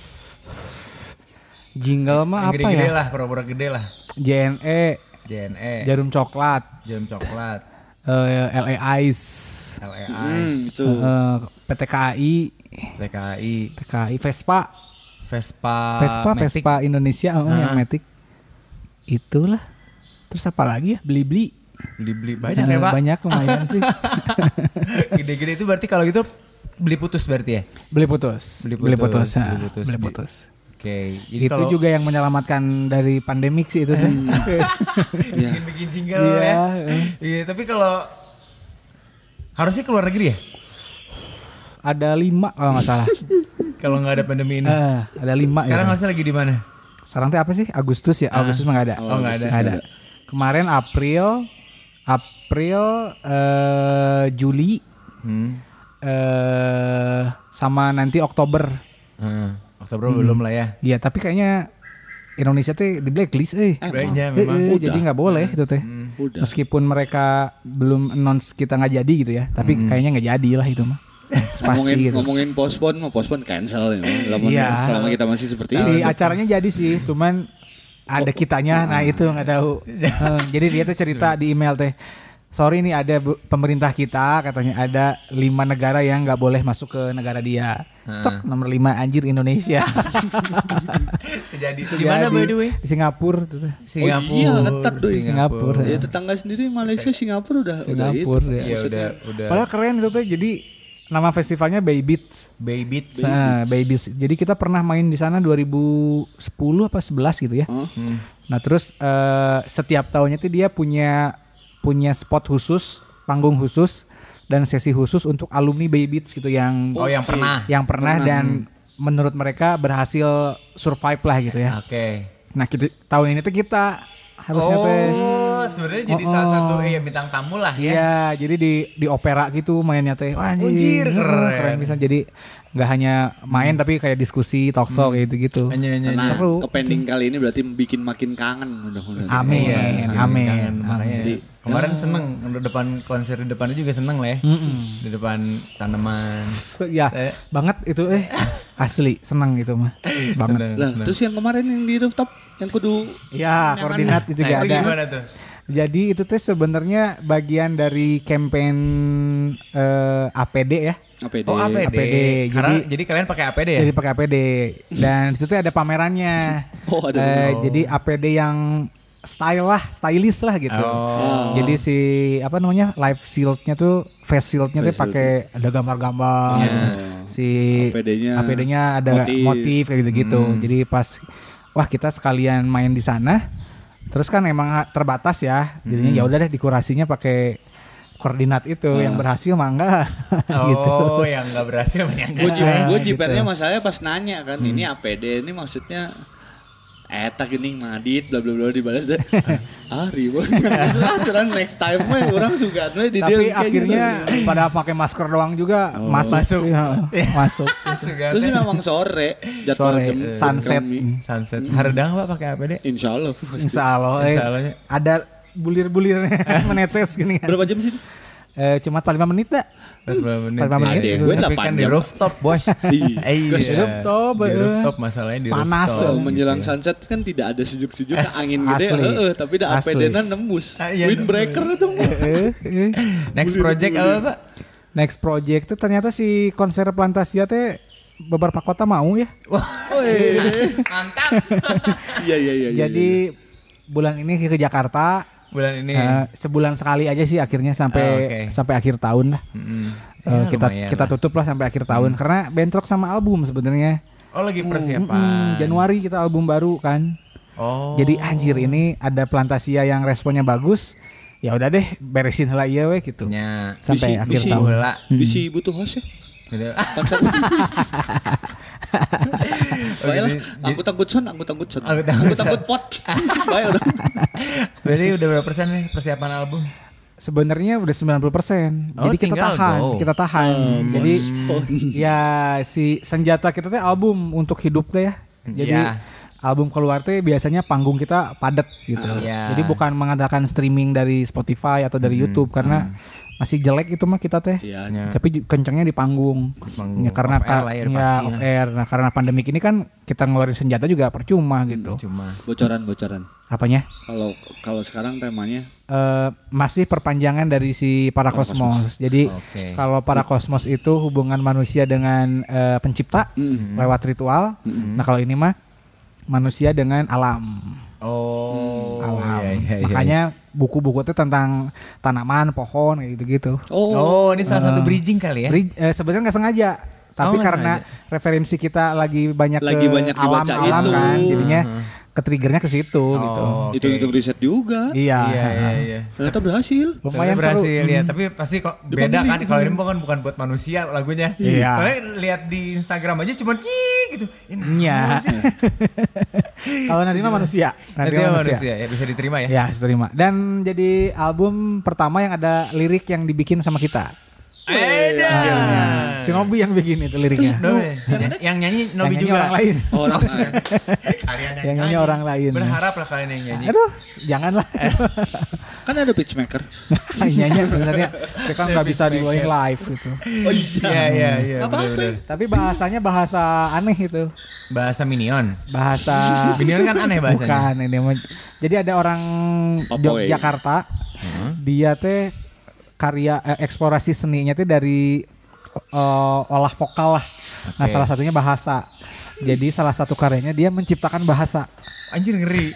Jingle mah Yang apa gede-gede ya? lah, produk gede lah. JNE, JNE, Jarum Coklat, Jarum Coklat, LA Ice, LA Ice, Itu. PT KAI, TKI, Vespa, Matic. Vespa Indonesia, yang Matic. Itulah. Terus apa lagi ya? Beli-beli. Beli banyak ya Pak? Banyak lumayan sih. Gede-gede itu berarti kalau gitu beli putus berarti ya? Beli putus. Oke, jadi Itu kalau juga yang menyelamatkan dari pandemik sih itu. bikin jingle ya. Iya, tapi kalau harusnya keluar negeri ya? Ada 5 kalau nggak salah. Kalau nggak ada pandemi ini. Ada 5 Sekarang ya. harusnya lagi di mana? Sekarang teh apa sih? Agustus ya? Agustus mah nggak ada. Oh, nggak ada. Nggak ada. Kemarin April, Juli, sama nanti Oktober. Oktober belum lah ya. Iya, tapi kayaknya Indonesia tuh di blacklist Baiknya memang. jadi nggak boleh itu teh. Udah. Meskipun mereka belum announce kita nggak jadi gitu ya, tapi kayaknya nggak jadi lah itu mah. Pasti gitu. Ngomongin postpone cancel ya. Iya. Selama kita masih seperti Si ini. acaranya jadi sih, cuman ada kitanya, nah itu nggak tahu. Jadi dia tuh cerita di email teh, sorry nih ada pemerintah kita katanya ada 5 negara yang nggak boleh masuk ke negara dia. Tok nomor 5 anjir Indonesia. Jadi di mana by the way? Di Singapura tuh. Singapura. Oh iya, ketat tuh. Singapura. Ya tetangga sendiri Malaysia, Singapura udah Singapura, itu. ya. Iya udah. Padahal keren itu tuh, jadi nama festivalnya Bay Beats. Bay Beats. Bay Beats. Jadi kita pernah main di sana 2010 apa 11 gitu ya. Nah terus setiap tahunnya tuh dia punya spot khusus, panggung khusus dan sesi khusus untuk alumni Bay Beats gitu yang pernah dan menurut mereka berhasil survive lah gitu ya. Oke. Nah tahun ini tuh kita harusnya sebenarnya jadi salah satu bintang tamu lah ya. Iya, jadi di opera gitu mainnya teh. Wah, anjir, keren bisa. Jadi nggak hanya main tapi kayak diskusi, talk show kayak gitu-gitu. Nah, Seru. kepending kali ini berarti bikin makin kangen mudah-mudahan. Amin. Makanya kemarin seneng depan konser di depannya juga seneng lah ya. Di depan tanaman. Ya, banget itu asli seneng itu mah. Banget. Lah, terus yang kemarin yang di rooftop yang kudu Ya, koordinat itu juga Itu ada. gimana tuh? Jadi itu tuh sebenarnya bagian dari campaign APD ya. APD. Oh APD. Jadi kalian pakai APD ya? Jadi pakai APD dan itu tuh ada pamerannya. Oh, ada. Jadi APD yang stylish lah gitu. Jadi si apa namanya live shieldnya tuh face shieldnya tuh pakai ada gambar-gambar. Si APD-nya ada motif kayak gitu-gitu. Jadi pas wah kita sekalian main di sana. Terus kan emang terbatas ya. Jadinya ya udah deh dikurasinya pakai koordinat itu yang berhasil mah enggak gitu. Oh, yang enggak berhasil mah yang enggak. Gue jipernya masalahnya pas nanya kan ini APD ini maksudnya eta geuning madit bla bla bla dibalas deh. Ribet. Cuman next time mah orang suka we di Tapi akhirnya pada pakai masker doang juga masuk. Masuk. Terus memang sore jadwal jam sunset. Haredang Pak pakai APD? Insyaallah. Insyaallah. Ada bulir-bulirnya menetes gini kan. Berapa jam sih? Cuma 45 menit dah. 45 menit. 45 menit. Gue Tapi kan di rooftop, Bos. Iya. Di rooftop masalahnya di panas. rooftop. Menjelang sunset kan tidak ada sejuk-sejuk angin gede, tapi ada APD-nya nembus. Windbreaker itu. Next project apa, Pak? Next project itu ternyata si konser Plantasia teh beberapa kota mau ya. Mantap. Iya. Jadi bulan ini ke Jakarta. Bulan ini sebulan sekali aja sih akhirnya sampai akhir tahun lah. Kita tutup lah sampai akhir tahun karena bentrok sama album sebenarnya. Oh lagi persiapan. Januari kita album baru kan. Oh. Jadi anjir ini ada Plantasia yang responnya bagus. Ya udah deh beresin lah iya we gitu. Sampai akhir tahun. Bisi butuh host ya. Baiklah, angkut son. Angkut pot. Baik udah. Berarti udah berapa persen nih persiapan album? Sebenarnya udah 90%. Oh, Jadi kita tahan. Jadi ya si senjata kita teh album untuk hidup teh ya. Jadi album keluar teh biasanya panggung kita padat gitu. Jadi bukan mengandalkan streaming dari Spotify atau dari YouTube karena masih jelek itu mah kita teh. Tapi kencengnya di panggung. Ya, karena off air. Nah, karena pandemik ini kan kita ngeluarin senjata juga percuma gitu. Bocoran. Apanya? Kalau sekarang temanya masih perpanjangan dari si Parakosmos. Jadi kalau Parakosmos itu hubungan manusia dengan pencipta lewat ritual. Nah, kalau ini mah manusia dengan alam. Alam. Makanya buku-buku itu tentang tanaman, pohon kayak gitu-gitu. Ini salah satu bridging kali ya. Sebenarnya nggak sengaja. Tapi karena referensi kita lagi banyak alam kan, jadinya ke-triggernya ke situ gitu. Itu riset juga. Iya. Ternyata berhasil. Lumayan berhasil ya, tapi pasti kok beda kan kalau ini bukan buat manusia lagunya. Iya. Soalnya lihat di Instagram aja cuman gitu. Iya. Kalau nanti mah manusia. Nanti manusia ya, bisa diterima ya. Ya, diterima. Dan jadi album pertama yang ada lirik yang dibikin sama kita. Si Nobi yang bikin itu liriknya. Yang nyanyi Nobi juga. Orang lain. Kalian yang nyanyi orang lain. Berharap lah kalian yang nyanyi. Aduh, janganlah. Kan ada pitchmaker. Nyanyi sebenarnya kan nggak bisa dibawain live gitu. Iya. Tapi bahasanya bahasa aneh itu. Bahasa Minion. Minion kan aneh bahasanya. Bukan ini. Jadi ada orang Yogyakarta. Dia teh karya eksplorasi seninya itu dari olah vokal lah. Nah, salah satunya bahasa. Jadi salah satu karyanya dia menciptakan bahasa. Anjir ngeri.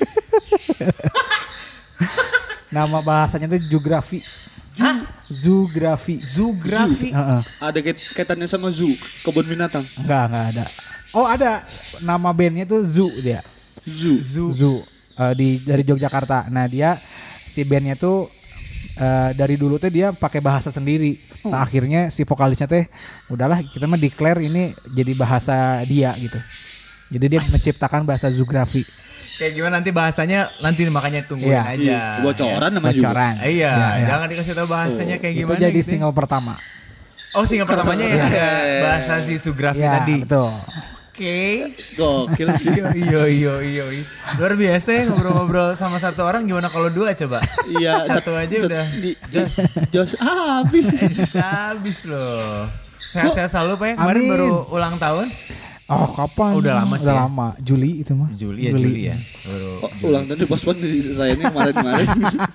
Nama bahasanya itu Zoografi. Zoografi. Ada kaitannya sama zoo, kebun binatang? Enggak ada. Oh, ada. Nama bandnya itu Zoo dia. Zoo. Dari Yogyakarta. Nah, dia si bandnya tuh dari dulu tuh dia pakai bahasa sendiri. Nah, akhirnya si vokalisnya teh udahlah kita mah declare ini jadi bahasa dia gitu. Jadi dia menciptakan bahasa Zoografi. Kayak gimana nanti bahasanya makanya tungguin aja. Bocoran namanya juga. Iya, jangan dikasih tahu bahasanya kayak gimana. Itu jadi gitu. single pertama. Single pertamanya ya ada bahasa si Zoografi tadi. Betul. Gokil sih. Iya. Luar biasa ya ngobrol-ngobrol sama satu orang, gimana kalau dua coba? Iya. Satu aja udah. Jos habis loh. Sehat-sehat selalu Pak ya. Kemarin baru ulang tahun. Oh, kapan? Udah lama sih. Udah lama. Juli itu mah. Juli ya. Ulang tahun di pos-pos saya ini kemarin.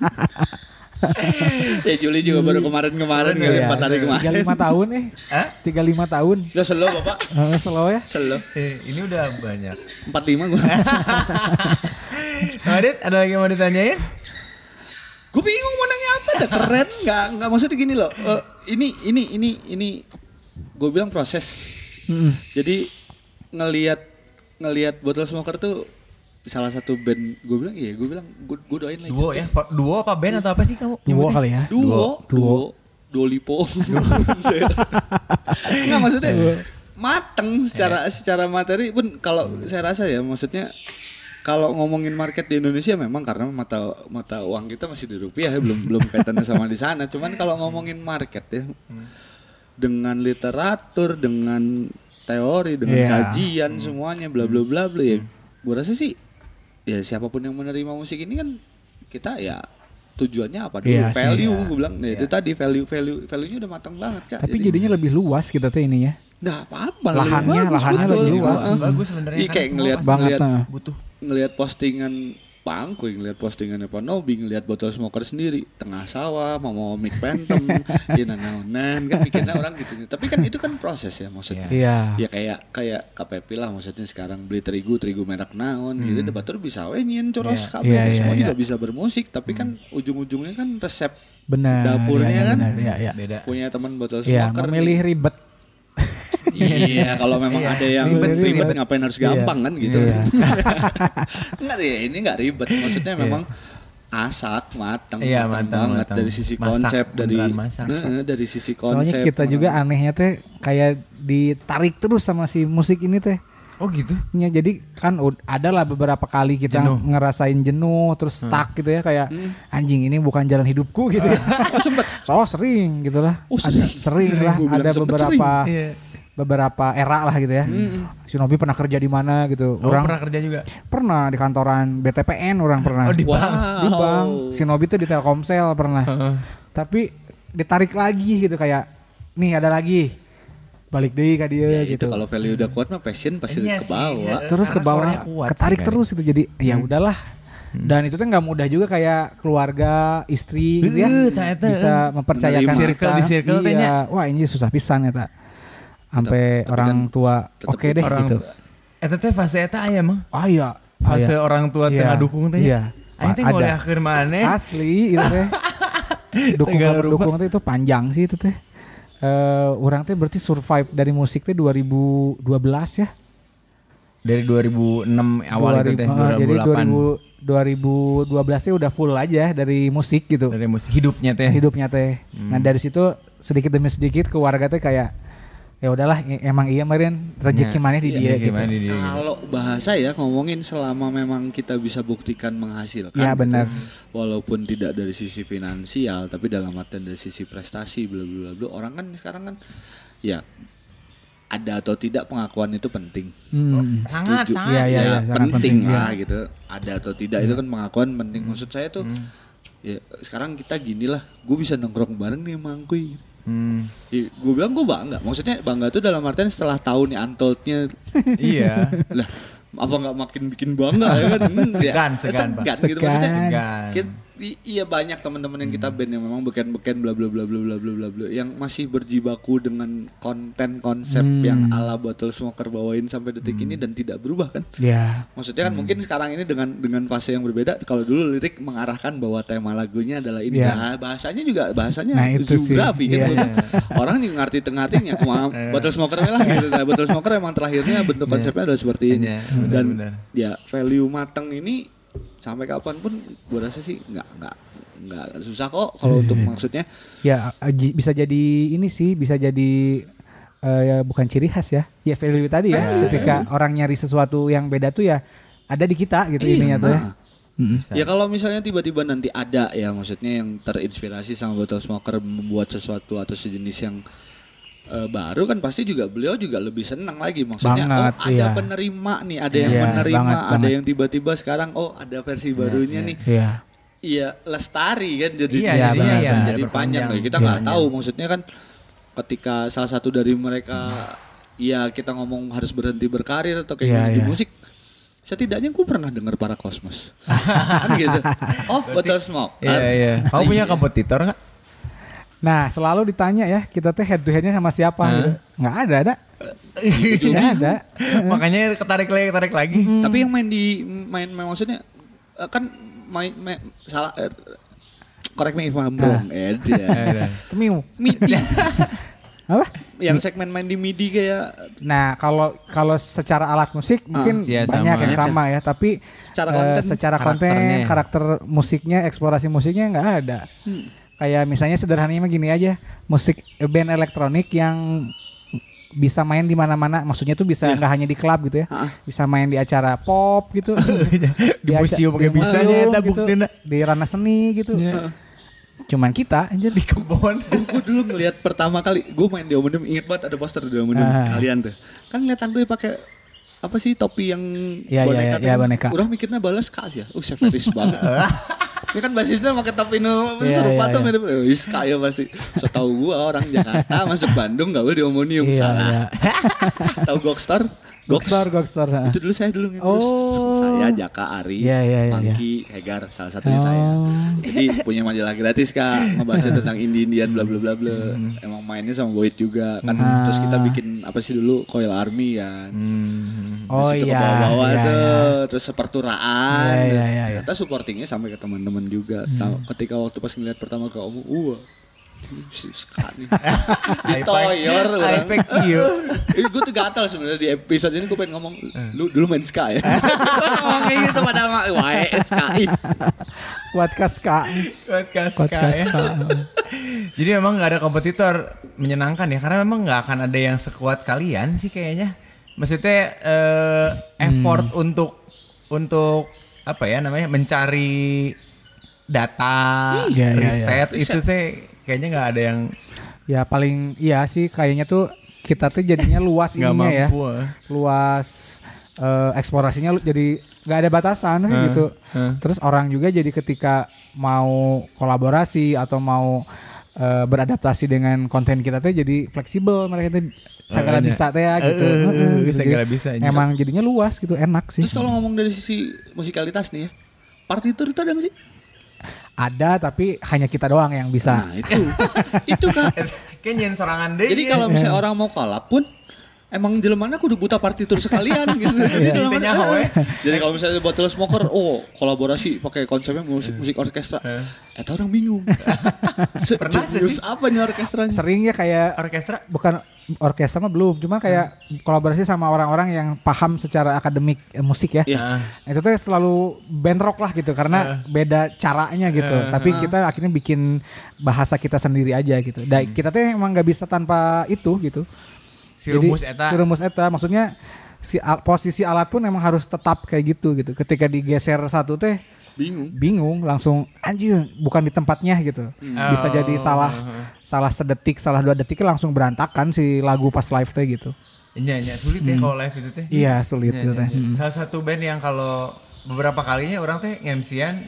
Ya Juli juga baru kemarin 4 hari kemarin. 35 tahun 35 tahun. Udah slow Bapak. Slow ya? Slow. Ini udah banyak. 45 gue. Adit, ada lagi yang mau ditanyain? Gue bingung mau nanya apa, dah keren nggak maksudnya gini loh. Ini gue bilang proses. Jadi ngelihat Bottle Smoker tuh salah satu band, gue gue doain lah. Duo ya? Duo apa band atau apa sih kamu? Duo kali ya? Duo lipo. Enggak maksudnya mateng secara materi pun kalau saya rasa ya, maksudnya kalau ngomongin market di Indonesia memang karena mata uang kita masih di rupiah ya, belum kaitannya sama di sana. Cuman kalau ngomongin market ya, dengan literatur, dengan teori, dengan kajian semuanya bla bla bla bla ya. Gue rasa sih ya siapapun yang menerima musik ini kan kita ya tujuannya apa dulu, value gue bilang itu tadi value-nya udah matang banget Kak. Tapi jadinya lebih luas kita tuh ini ya. Nggak apa-apa, lahannya lebih luas. Bagus sebenarnya. Iya kayak ngelihat postingan Pangku, ngelihat postingannya Pak Nobi, ngelihat Bottle Smoker sendiri tengah sawah mau Mick Phantom, nanan kan mikirnya orang gitu. Tapi kan itu kan proses ya maksudnya. Ya kayak KPP lah maksudnya sekarang beli terigu merek naon gitu, debatur bisa nyen coros kabeh semua juga bisa bermusik, tapi kan ujung-ujungnya kan resep dapurnya kan beda. Punya teman Bottle Smoker memilih ribet. Iya, kalau memang ada yang ribet ngapain harus gampang kan gitu. Enggak ya, ini enggak ribet. Maksudnya memang matang matang banget dari sisi masak, konsep dari sisi konsep. Soalnya kita juga anehnya teh kayak ditarik terus sama si musik ini teh. Oh gitu. Ya, jadi kan ada lah beberapa kali kita ngerasain jenuh terus stuck gitu ya kayak anjing ini bukan jalan hidupku gitu ya. Sempet. Sering gitu lah. Sering lah ada beberapa era lah gitu ya. Shinobi pernah kerja di mana gitu. Orang pernah kerja juga. Pernah di kantoran BTPN orang pernah. Oh di bank. Di bank. Shinobi tuh di Telkomsel pernah. Tapi ditarik lagi gitu kayak nih ada lagi. Balik deh ke dia gitu. Itu kalau value udah kuat mah passion pasti ke bawah. Terus ke bawah ketarik terus gitu jadi ya udahlah. Dan itu tuh nggak mudah juga kayak keluarga, istri gitu ya. Bisa mempercayakan circle di circle iya. Wah ini susah pisan ya tak. Sampai orang tua oke deh gitu. Eta teh fase eta aya mah. Iya. Fase orang tua teh ngadukung teh. Iya. Aing teh boleh akhir maneh. Asli itu teh. Dukung teh itu panjang sih itu teh. Orang teh berarti survive dari musik teh 2012 ya. Dari 2006 awal itu teh 2008. Jadi 2012 teh udah full aja dari musik gitu. Dari musik hidupnya teh. Nah dari situ sedikit demi sedikit keluarga teh kayak ya udahlah emang iya kemarin rezeki mana di dia gitu. Kalau bahasa ya ngomongin selama memang kita bisa buktikan menghasilkan. Ya benar. Gitu, walaupun tidak dari sisi finansial tapi dalam artian dari sisi prestasi bla bla bla. Orang kan sekarang kan ya ada atau tidak pengakuan itu penting. Sangat ya penting lah ya. gitu. Ada atau tidak itu kan pengakuan penting. Maksud saya tuh ya sekarang kita ginilah, gue bisa nongkrong bareng nih sama Angkuy. Gue bilang gue bangga. Maksudnya bangga tuh dalam artian setelah tahu nih Untold-nya. Iya. Lah apa nggak makin bikin bangga ya kan? Segan gitu maksudnya. Iya banyak teman-teman yang kita band yang memang beken-beken bla bla bla bla bla bla bla bla yang masih berjibaku dengan konten konsep yang ala Bottle Smoker bawain sampai detik ini dan tidak berubah kan? Iya. Maksudnya kan mungkin sekarang ini dengan fase yang berbeda. Kalau dulu lirik mengarahkan bahwa tema lagunya adalah ini, bahasanya juga zoografi gitu. Orang yang ngerti-ngertinya Bottle Smoker lah gitu. Nah, Bottle Smoker emang terakhirnya bentuk konsepnya adalah seperti ini. Dan ya value mateng ini sampai kapanpun gue rasa sih nggak susah kok kalau untuk maksudnya ya bisa jadi ini sih bisa jadi ya bukan ciri khas ya value tadi ya ketika orang nyari sesuatu yang beda tuh ya ada di kita gitu ininya tuh ya. Ya kalau misalnya tiba-tiba nanti ada ya maksudnya yang terinspirasi sama Bottle Smoker membuat sesuatu atau sejenis yang baru kan pasti juga beliau juga lebih senang lagi maksudnya ada penerima nih ada yang menerima ada yang tiba-tiba sekarang ada versi barunya nih iya lestari kan jadi jadi panjang kita nggak tahu maksudnya kan ketika salah satu dari mereka ya kita ngomong harus berhenti berkarir atau kayak di musik setidaknya gue pernah dengar Para Cosmos kan gitu Bottle Smoke kamu punya kompetitor nggak? Nah selalu ditanya ya kita teh head to headnya sama siapa gitu. Nggak ada. Nggak ada. Makanya ketarik lagi. Tapi yang main maksudnya kan salah correct me if I'm wrong. MIDI. Apa? Yang segmen main di MIDI kayak. Nah kalau secara alat musik mungkin banyak yang sama ya. Tapi secara konten karakter musiknya eksplorasi musiknya nggak ada. Kayak misalnya sederhananya mah gini aja, musik band elektronik yang bisa main di mana-mana, maksudnya tuh bisa nggak hanya di klub gitu ya, bisa main di acara pop gitu, di museum kayak bisanya ya buktinya, di ranah seni gitu. Cuman kita anjir di kebon. Gue dulu ngelihat pertama kali, gue main di Omnium, inget banget ada poster di Omnium kalian tuh, kan lihat gue pakai apa sih topi yang boneka, orang mikirnya balas kali ya, severis banget. Ini kan basisnya pakai topi serupa tuh mirip kaya pasti. Setahu gua orang Jakarta masuk Bandung gaul di Omnium salah. Tahu Gokstar? Gokstar. Itu dulu saya dulu saya Jaka Ari, Mangki, Hegar salah satunya saya. Jadi punya majalah gratis Kak, ngebahasnya tentang Indian bla bla bla bla. Emang mainnya sama Boyd juga kan. Terus kita bikin apa sih dulu Coil Army kan. Terus itu ke bawah-bawah tuh, terus seperturaan. Ternyata supportingnya sampai ke teman-teman juga. Ketika waktu pas ngeliat pertama ke Om, Si Ska nih. Ditoyor orang. Ipek kieu. Gue tuh gatal sebenarnya di episode ini gue pengen ngomong lu dulu main Ska ya. Ngomong kayak gitu pada mah wae Ska. Podcast Ska. Podcast ya. Jadi memang nggak ada kompetitor menyenangkan ya, karena memang nggak akan ada yang sekuat kalian sih kayaknya. Maksudnya effort untuk apa ya namanya mencari data, riset itu sih kayaknya nggak ada yang. Ya paling iya sih kayaknya tuh kita tuh jadinya luas ininya ya. Luas eksplorasinya jadi nggak ada batasan gitu. Terus orang juga jadi ketika mau kolaborasi atau mau beradaptasi dengan konten kita tuh jadi fleksibel, mereka tuh segala bisa teh ya gitu. Segala bisa. Emang jadinya luas gitu, enak sih. Terus kalau ngomong dari sisi musikalitas nih ya, partitur itu ada nggak sih? Ada tapi hanya kita doang yang bisa. Nah itu kan. Kayak nyen sorangan deh. Jadi kalau misalnya orang mau collab pun emang jelemana kudu buta partitur sekalian gitu. Jadi kalau misalnya buat Tales Smoker, kolaborasi pakai konsepnya musik orkestra. Eta orang bingung. Pernah sih apa nih orkestranya? Sering ya kayak orkestra, bukan orkestra mah belum, cuma kayak kolaborasi sama orang-orang yang paham secara akademik musik ya. Itu tuh selalu band rock lah gitu karena beda caranya gitu. Tapi kita akhirnya bikin bahasa kita sendiri aja gitu. Dan kita tuh emang nggak bisa tanpa itu gitu. Si rumus eta maksudnya posisi alat pun emang harus tetap kayak gitu. Ketika digeser satu teh bingung langsung anjir bukan di tempatnya gitu. Bisa jadi salah sedetik, salah 2 detik langsung berantakan si lagu pas live teh gitu. Iya sulit ya kalau live itu teh. Iya sulit gitu teh. Salah satu band yang kalau beberapa kalinya orang teh MC-an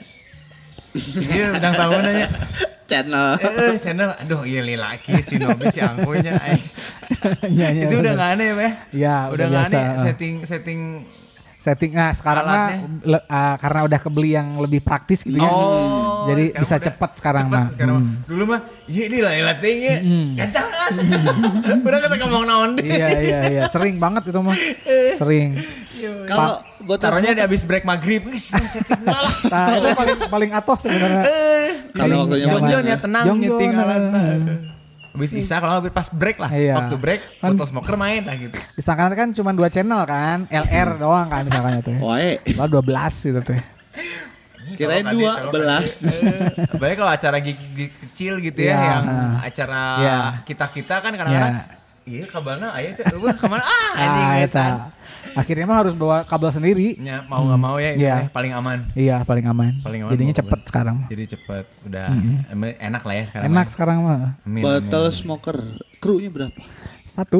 dia bintang tamu nanya channel. Aduh iya laki si Nobi si angkunya. Itu udah nggak aneh ya? Iya udah nggak aneh setting. Nah sekarang mah karena udah kebeli yang lebih praktis gitu ya. Jadi bisa cepat sekarang mah. Dulu mah ini lah tinggi kancangan. Udah kata ngomong naon deh. Iya sering banget itu mah. Sering. Kalau buat taruhnya di habis break maghrib setting lah. Nah itu paling atoh sebenarnya. Kalau waktunya John ya tenang nyeting alatnya. Habis Isa kalau pas break lah. Waktu break Tales Smoker main lah gitu. Misalkan kan cuma 2 channel kan, LR doang kan misalkan itu. Kalau 12 gitu tuh. Kirain 12. Balik kalau acara gig kecil gitu ya, yang acara kita kan kadang-kadang iya kabelnya aya teh kemana anjing. Akhirnya mah harus bawa kabel sendiri. Ya, mau nggak mau ya ini paling aman. Iya paling aman. Jadinya cepet sekarang. Jadi cepet, udah enak lah ya sekarang. Enak sekarang mah. Tales Smoker, krunya berapa? 1.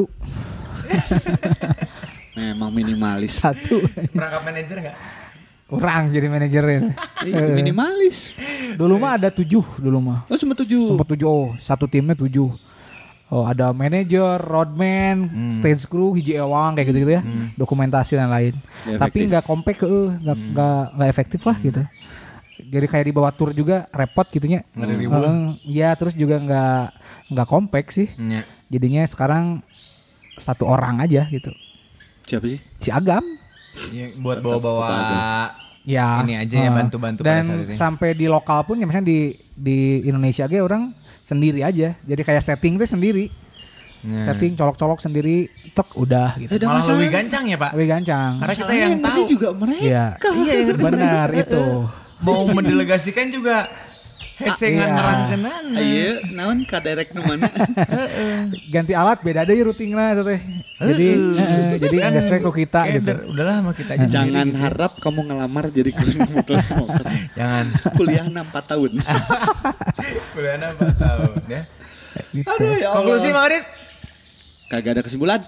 Memang minimalis. 1. Perangkap manajer nggak? Kurang jadi manajernya. Minimalis. Dulu mah ada 7 dulu mah. Sempat 7. Satu timnya 7. Ada manajer, roadman, stage crew, hiji ewang kayak gitu ya, dokumentasi dan lain. Tapi nggak compact nggak efektif lah gitu. Jadi kayak di bawah tour juga repot gitunya. Iya terus juga nggak compact sih. Jadinya sekarang 1 orang aja gitu. Siapa sih? Si Agam. Ya, buat bawa-bawa. Ya. Ini aja ya bantu-bantu dan pada saat itu. Sampai di lokal pun ya misalnya di Indonesia aja orang sendiri aja. Jadi kayak setting tuh sendiri. Setting colok-colok sendiri tek udah gitu. Malah lebih gancang ya Pak? Lebih gancang. Karena kita yang tahu juga mereka. Iya benar itu. Mau mendelegasikan juga hesengan nerangkenan. Iya, naon kaderek nu mana? Ganti alat beda deh rutinnya itu teh. Jadi enggak sesuai ke kita gitu. Udahlah sama kita aja. Jangan harap kamu ngelamar jadi kru Tales Smoker. Jangan. Kuliahna 4 tahun. Kuliahna 4 tahun ya. Gitu. Aduh ya Allah. Konklusi Bang Adit? Kagak ada kesimpulan.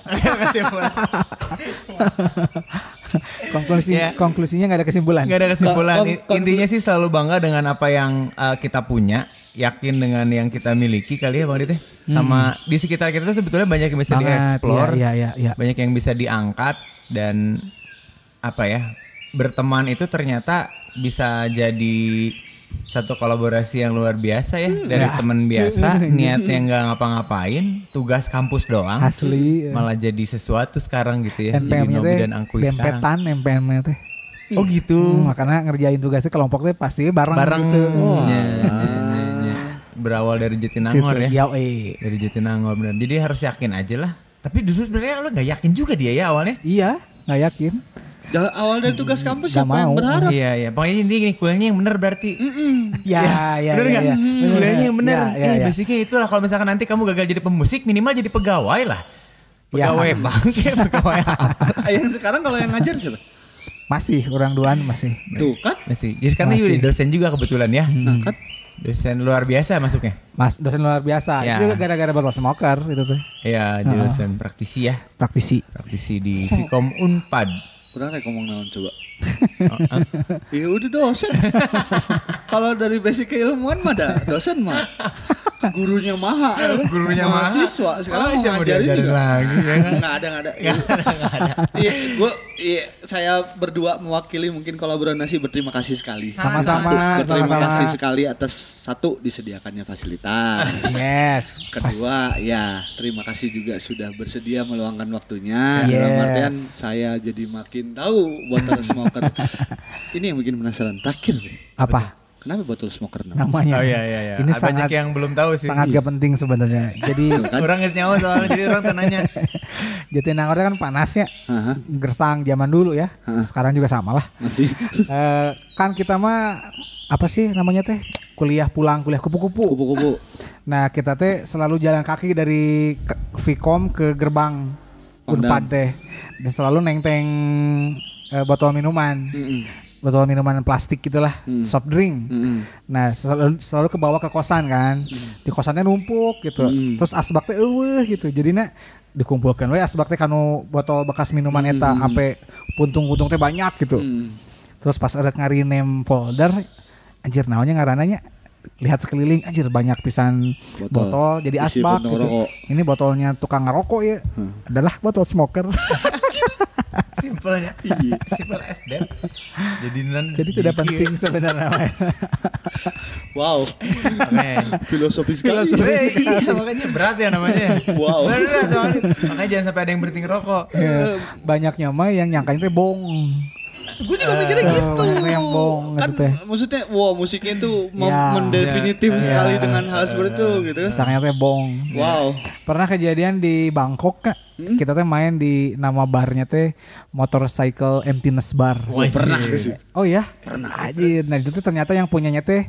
Konklusinya nggak ada kesimpulan. Nggak ada kesimpulan. Intinya sih selalu bangga dengan apa yang kita punya, yakin dengan yang kita miliki kali ya Bang Adit. Sama di sekitar kita tuh sebetulnya banyak yang bisa dieksplor, banyak yang bisa diangkat dan apa ya berteman itu ternyata bisa jadi satu kolaborasi yang luar biasa ya dari teman biasa niatnya nggak ngapa-ngapain tugas kampus doang asli malah jadi sesuatu sekarang gitu ya jadi Nobi dan Angkuy sekarang MPM-nya teh oh gitu makanya ngerjain tugasnya kelompok teh pasti bareng gitu. berawal dari Jatinangor ya. Iya, Dari Jatinangor benar. Jadi harus yakin aja lah. Tapi justru sebenarnya lo nggak yakin juga dia ya awalnya. Iya, nggak yakin. Awal dari tugas kampus Gak siapa yang mau. berharap? Iya. Pokoknya ini kuliahnya yang bener berarti. Ya. Bener nggak? Kuliahnya yang bener. Ya. Basicnya itulah kalau misalkan nanti kamu gagal jadi pemusik minimal jadi pegawai lah. Pegawai bank ya, pegawai apa? Yang sekarang kalau yang ngajar siapa? Masih, orang duaan masih. Tuh kan? Masih. Jadi sekarang juga dosen juga kebetulan ya. Nah kan? Dosen luar biasa masuknya. Mas, dosen luar biasa. Ya. Itu gara-gara botol smoker itu tuh. Iya, jadi dosen praktisi ya. Praktisi. Praktisi di Vkom Unpad. Pernah rek ngomong naon coba? Ya udah dosen. Kalau dari basic keilmuan mah ada dosen mah. Gurunya maha. Gurunya maha. Mahasiswa sekarang mau siapa ngajarin diajarin juga. lagi ya kan? Nggak ada. Iya, saya berdua mewakili mungkin kolaborasi berterima kasih sekali. Sama-sama. Berterima Sama-sama. kasih sekali atas satu disediakannya fasilitas. Yes. Kedua, ya terima kasih juga sudah bersedia meluangkan waktunya. Yes. Dalam artian saya jadi makin tahu botol smoker. Ini yang bikin penasaran. Terakhir, Apa? kenapa botol smoker namanya? Namanya. Oh iya. Ini Banyak sangat yang belum tahu sih. sangat gak penting sebenarnya. Jadi Orang nggak nyawa soalnya jadi orang tanya. Jatinangor kan panasnya, Aha, gersang zaman dulu ya. Sekarang juga sama lah. masih. Kan kita mah apa sih namanya teh? Kuliah kupu-kupu. Kupu-kupu. Nah kita teh selalu jalan kaki dari Vkom ke gerbang Pondam. Unpad teh, dan selalu nenteng botol minuman. Botol minuman plastik gitulah, soft drink. Nah selalu ke bawah ke kosan kan, di kosannya numpuk gitu. Terus asbak teh gitu. Jadinya dikumpulkan we asbak teh kanu botol bekas minuman eta, sampai puntung-puntung teh banyak gitu. Terus pas ada ngarinem folder, anjir naonnya ngarananya, lihat sekeliling, anjir banyak pisan botol jadi Isi asbak penuh gitu. rokok. Ini botolnya tukang ngerokok ya, adalah botol smoker. Simpelnya. Simple as that. Jadi tidak penting sebenarnya. Wow. Filosofi sekali. Iya, makanya berat ya namanya. Wow. Berat soalnya. Makanya jangan sampai ada yang berhenti ngerokok. Banyaknya mah yang nyangkanya teh bong. Gue juga mikirnya gitu. Yang bong Kan gitu teh. maksudnya musiknya tuh Ya. mendefinitif sekali dengan hal seperti itu gitu. Misalnya teh bong. Wow. Pernah kejadian di Bangkok Kak. Kita teh main di nama barnya teh Motorcycle Emptiness Bar. Pernah sih. Oh ya? Pernah. Anjir. Nah itu tuh ternyata yang punyanya teh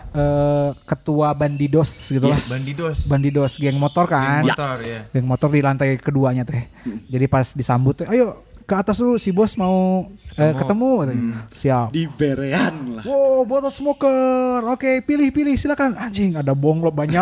ketua Bandidos gitu lah. Bandidos geng motor kan. Motor ya. Geng motor di lantai keduanya teh. Jadi pas disambut teh, ayo ke atas dulu si bos mau ketemu. Siap. Di berean lah. Wow, botol smoker. Oke, pilih silakan. Anjing, ada bong lo banyak.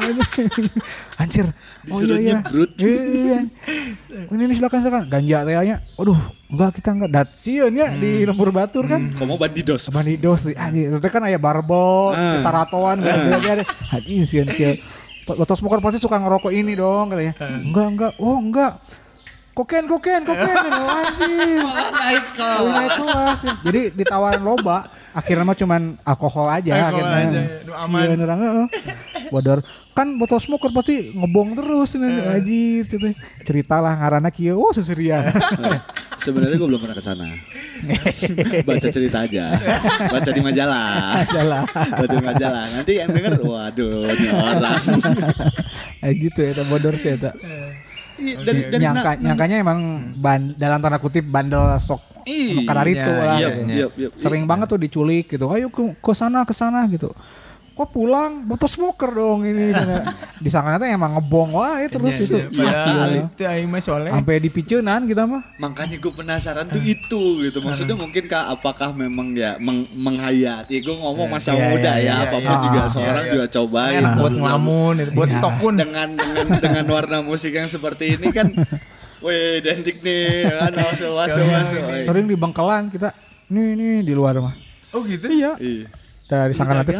Anjir. Oh Disuruh iya. nyebrut. Iya. Ini silakan. Ganja kayaknya. Waduh, kita enggak datsian ya di Lembur Batur kan. Kamu bandidos. Bandidos sih. Anjing, itu kan aya barbel, taratoan gak ada. Anjing sieun. Botol smoker pasti suka ngerokok ini dong katanya. Enggak. Oh, enggak. Koken anjing. Naik kelas. Jadi ditawarin loba, akhirnya mah cuman alkohol aja akhirnya. Nu aman. Iya, bodor. Kan botol smoker pasti ngebong terus anjir gitu. Ceritalah ngaranna kieu, seserian. Sebenarnya gue belum pernah ke sana. Baca cerita aja. Baca di majalah. Baca di majalah. Nanti yang denger, waduh, ini orang. Gitu ya, bodor sih eta. Nyangkanya emang dalam tanda kutip bandel sok kadar itu lah. Sering banget tuh diculik gitu. Ayo ke sana gitu. Kok pulang botol smoker dong ini. Disangkanya tuh emang ngebong wae terus itu. Itu aing mah soalnya. Sampai dipiceunan kita mah. Makanya gue penasaran tuh itu gitu. Maksudnya mungkin apakah memang ya menghayat. Ya gue ngomong masa muda ya. Apapun juga seorang juga cobain. Enak buat ngelamun, buat stok pun. Dengan warna musik yang seperti ini kan. Wih, identik nih kan. Masuk. Sering di Bangkalan kita. Nih di luar mah. Oh gitu? Iya. Dari sangka nanti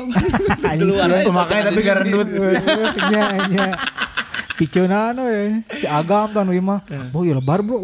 pemakaian tapi gak rendut. Iya. Piceunaan we. Si Agam kan mah. Oh iya lebar bro.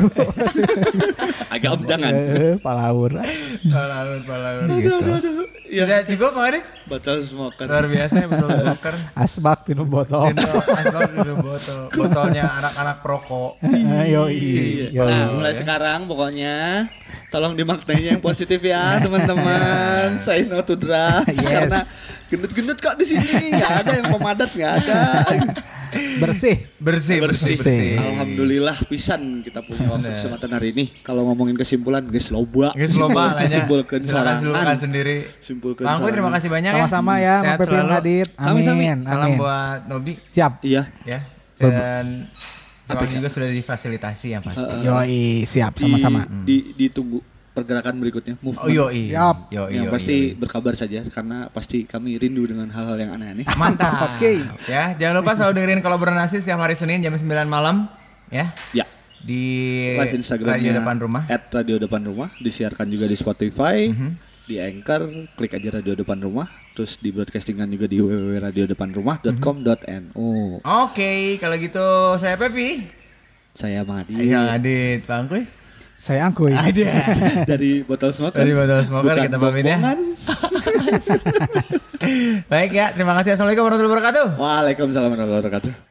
Agam jangan. Palaur. Gitu. Sudah cukup kemarin? Botol smoker. Luar biasa ya botol smoker. Asbak tinu botol. Botolnya anak-anak perokok. Yoi. Nah, mulai sekarang pokoknya tolong dimaknainya yang positif ya teman-teman. Say no to drugs. Yes. Karena Gendut-gendut kok di sini. Nggak ada yang pemadat, nggak ada. Bersih. Bersih. Alhamdulillah pisan kita punya waktu kesempatan hari ini. Kalau ngomongin kesimpulan, guys loba. Guys loba lah ya. Simpulkan Simpulkan sendiri. Simpulkan. Bang Kuy, terima kasih banyak ya. Sama-sama ya, Sehat Bang Pepin selalu. Adit. Sami-sami. Amin. Salam Amin. buat Nobi Siap. Iya. ya. Dan Bang juga sudah difasilitasi yang pasti. Yoi, siap sama-sama. Ditunggu pergerakan berikutnya. Oh yoi. Siap. Yang pasti berkabar saja karena pasti kami rindu dengan hal-hal yang aneh-aneh. Mantap. Oke. Ya, jangan lupa selalu dengerin Kolaborasi setiap hari Senin jam 9 malam ya. Ya. Di Live Instagramnya Radio Depan Rumah. @Radio Depan Rumah, disiarkan juga di Spotify, di Anchor, klik aja Radio Depan Rumah, terus di broadcastingan juga di www.radiodepanrumah.com.no. Oke, kalau gitu saya Pepi. Saya Madi. Iya, Adit, Bang Kuy. Saya Angkuy. Ada. Dari Botol Smoker. Dari Botol Smoker Bukan kita pamit ya. bohongan. Baik ya, terima kasih. Assalamualaikum warahmatullahi wabarakatuh. Waalaikumsalam warahmatullahi wabarakatuh.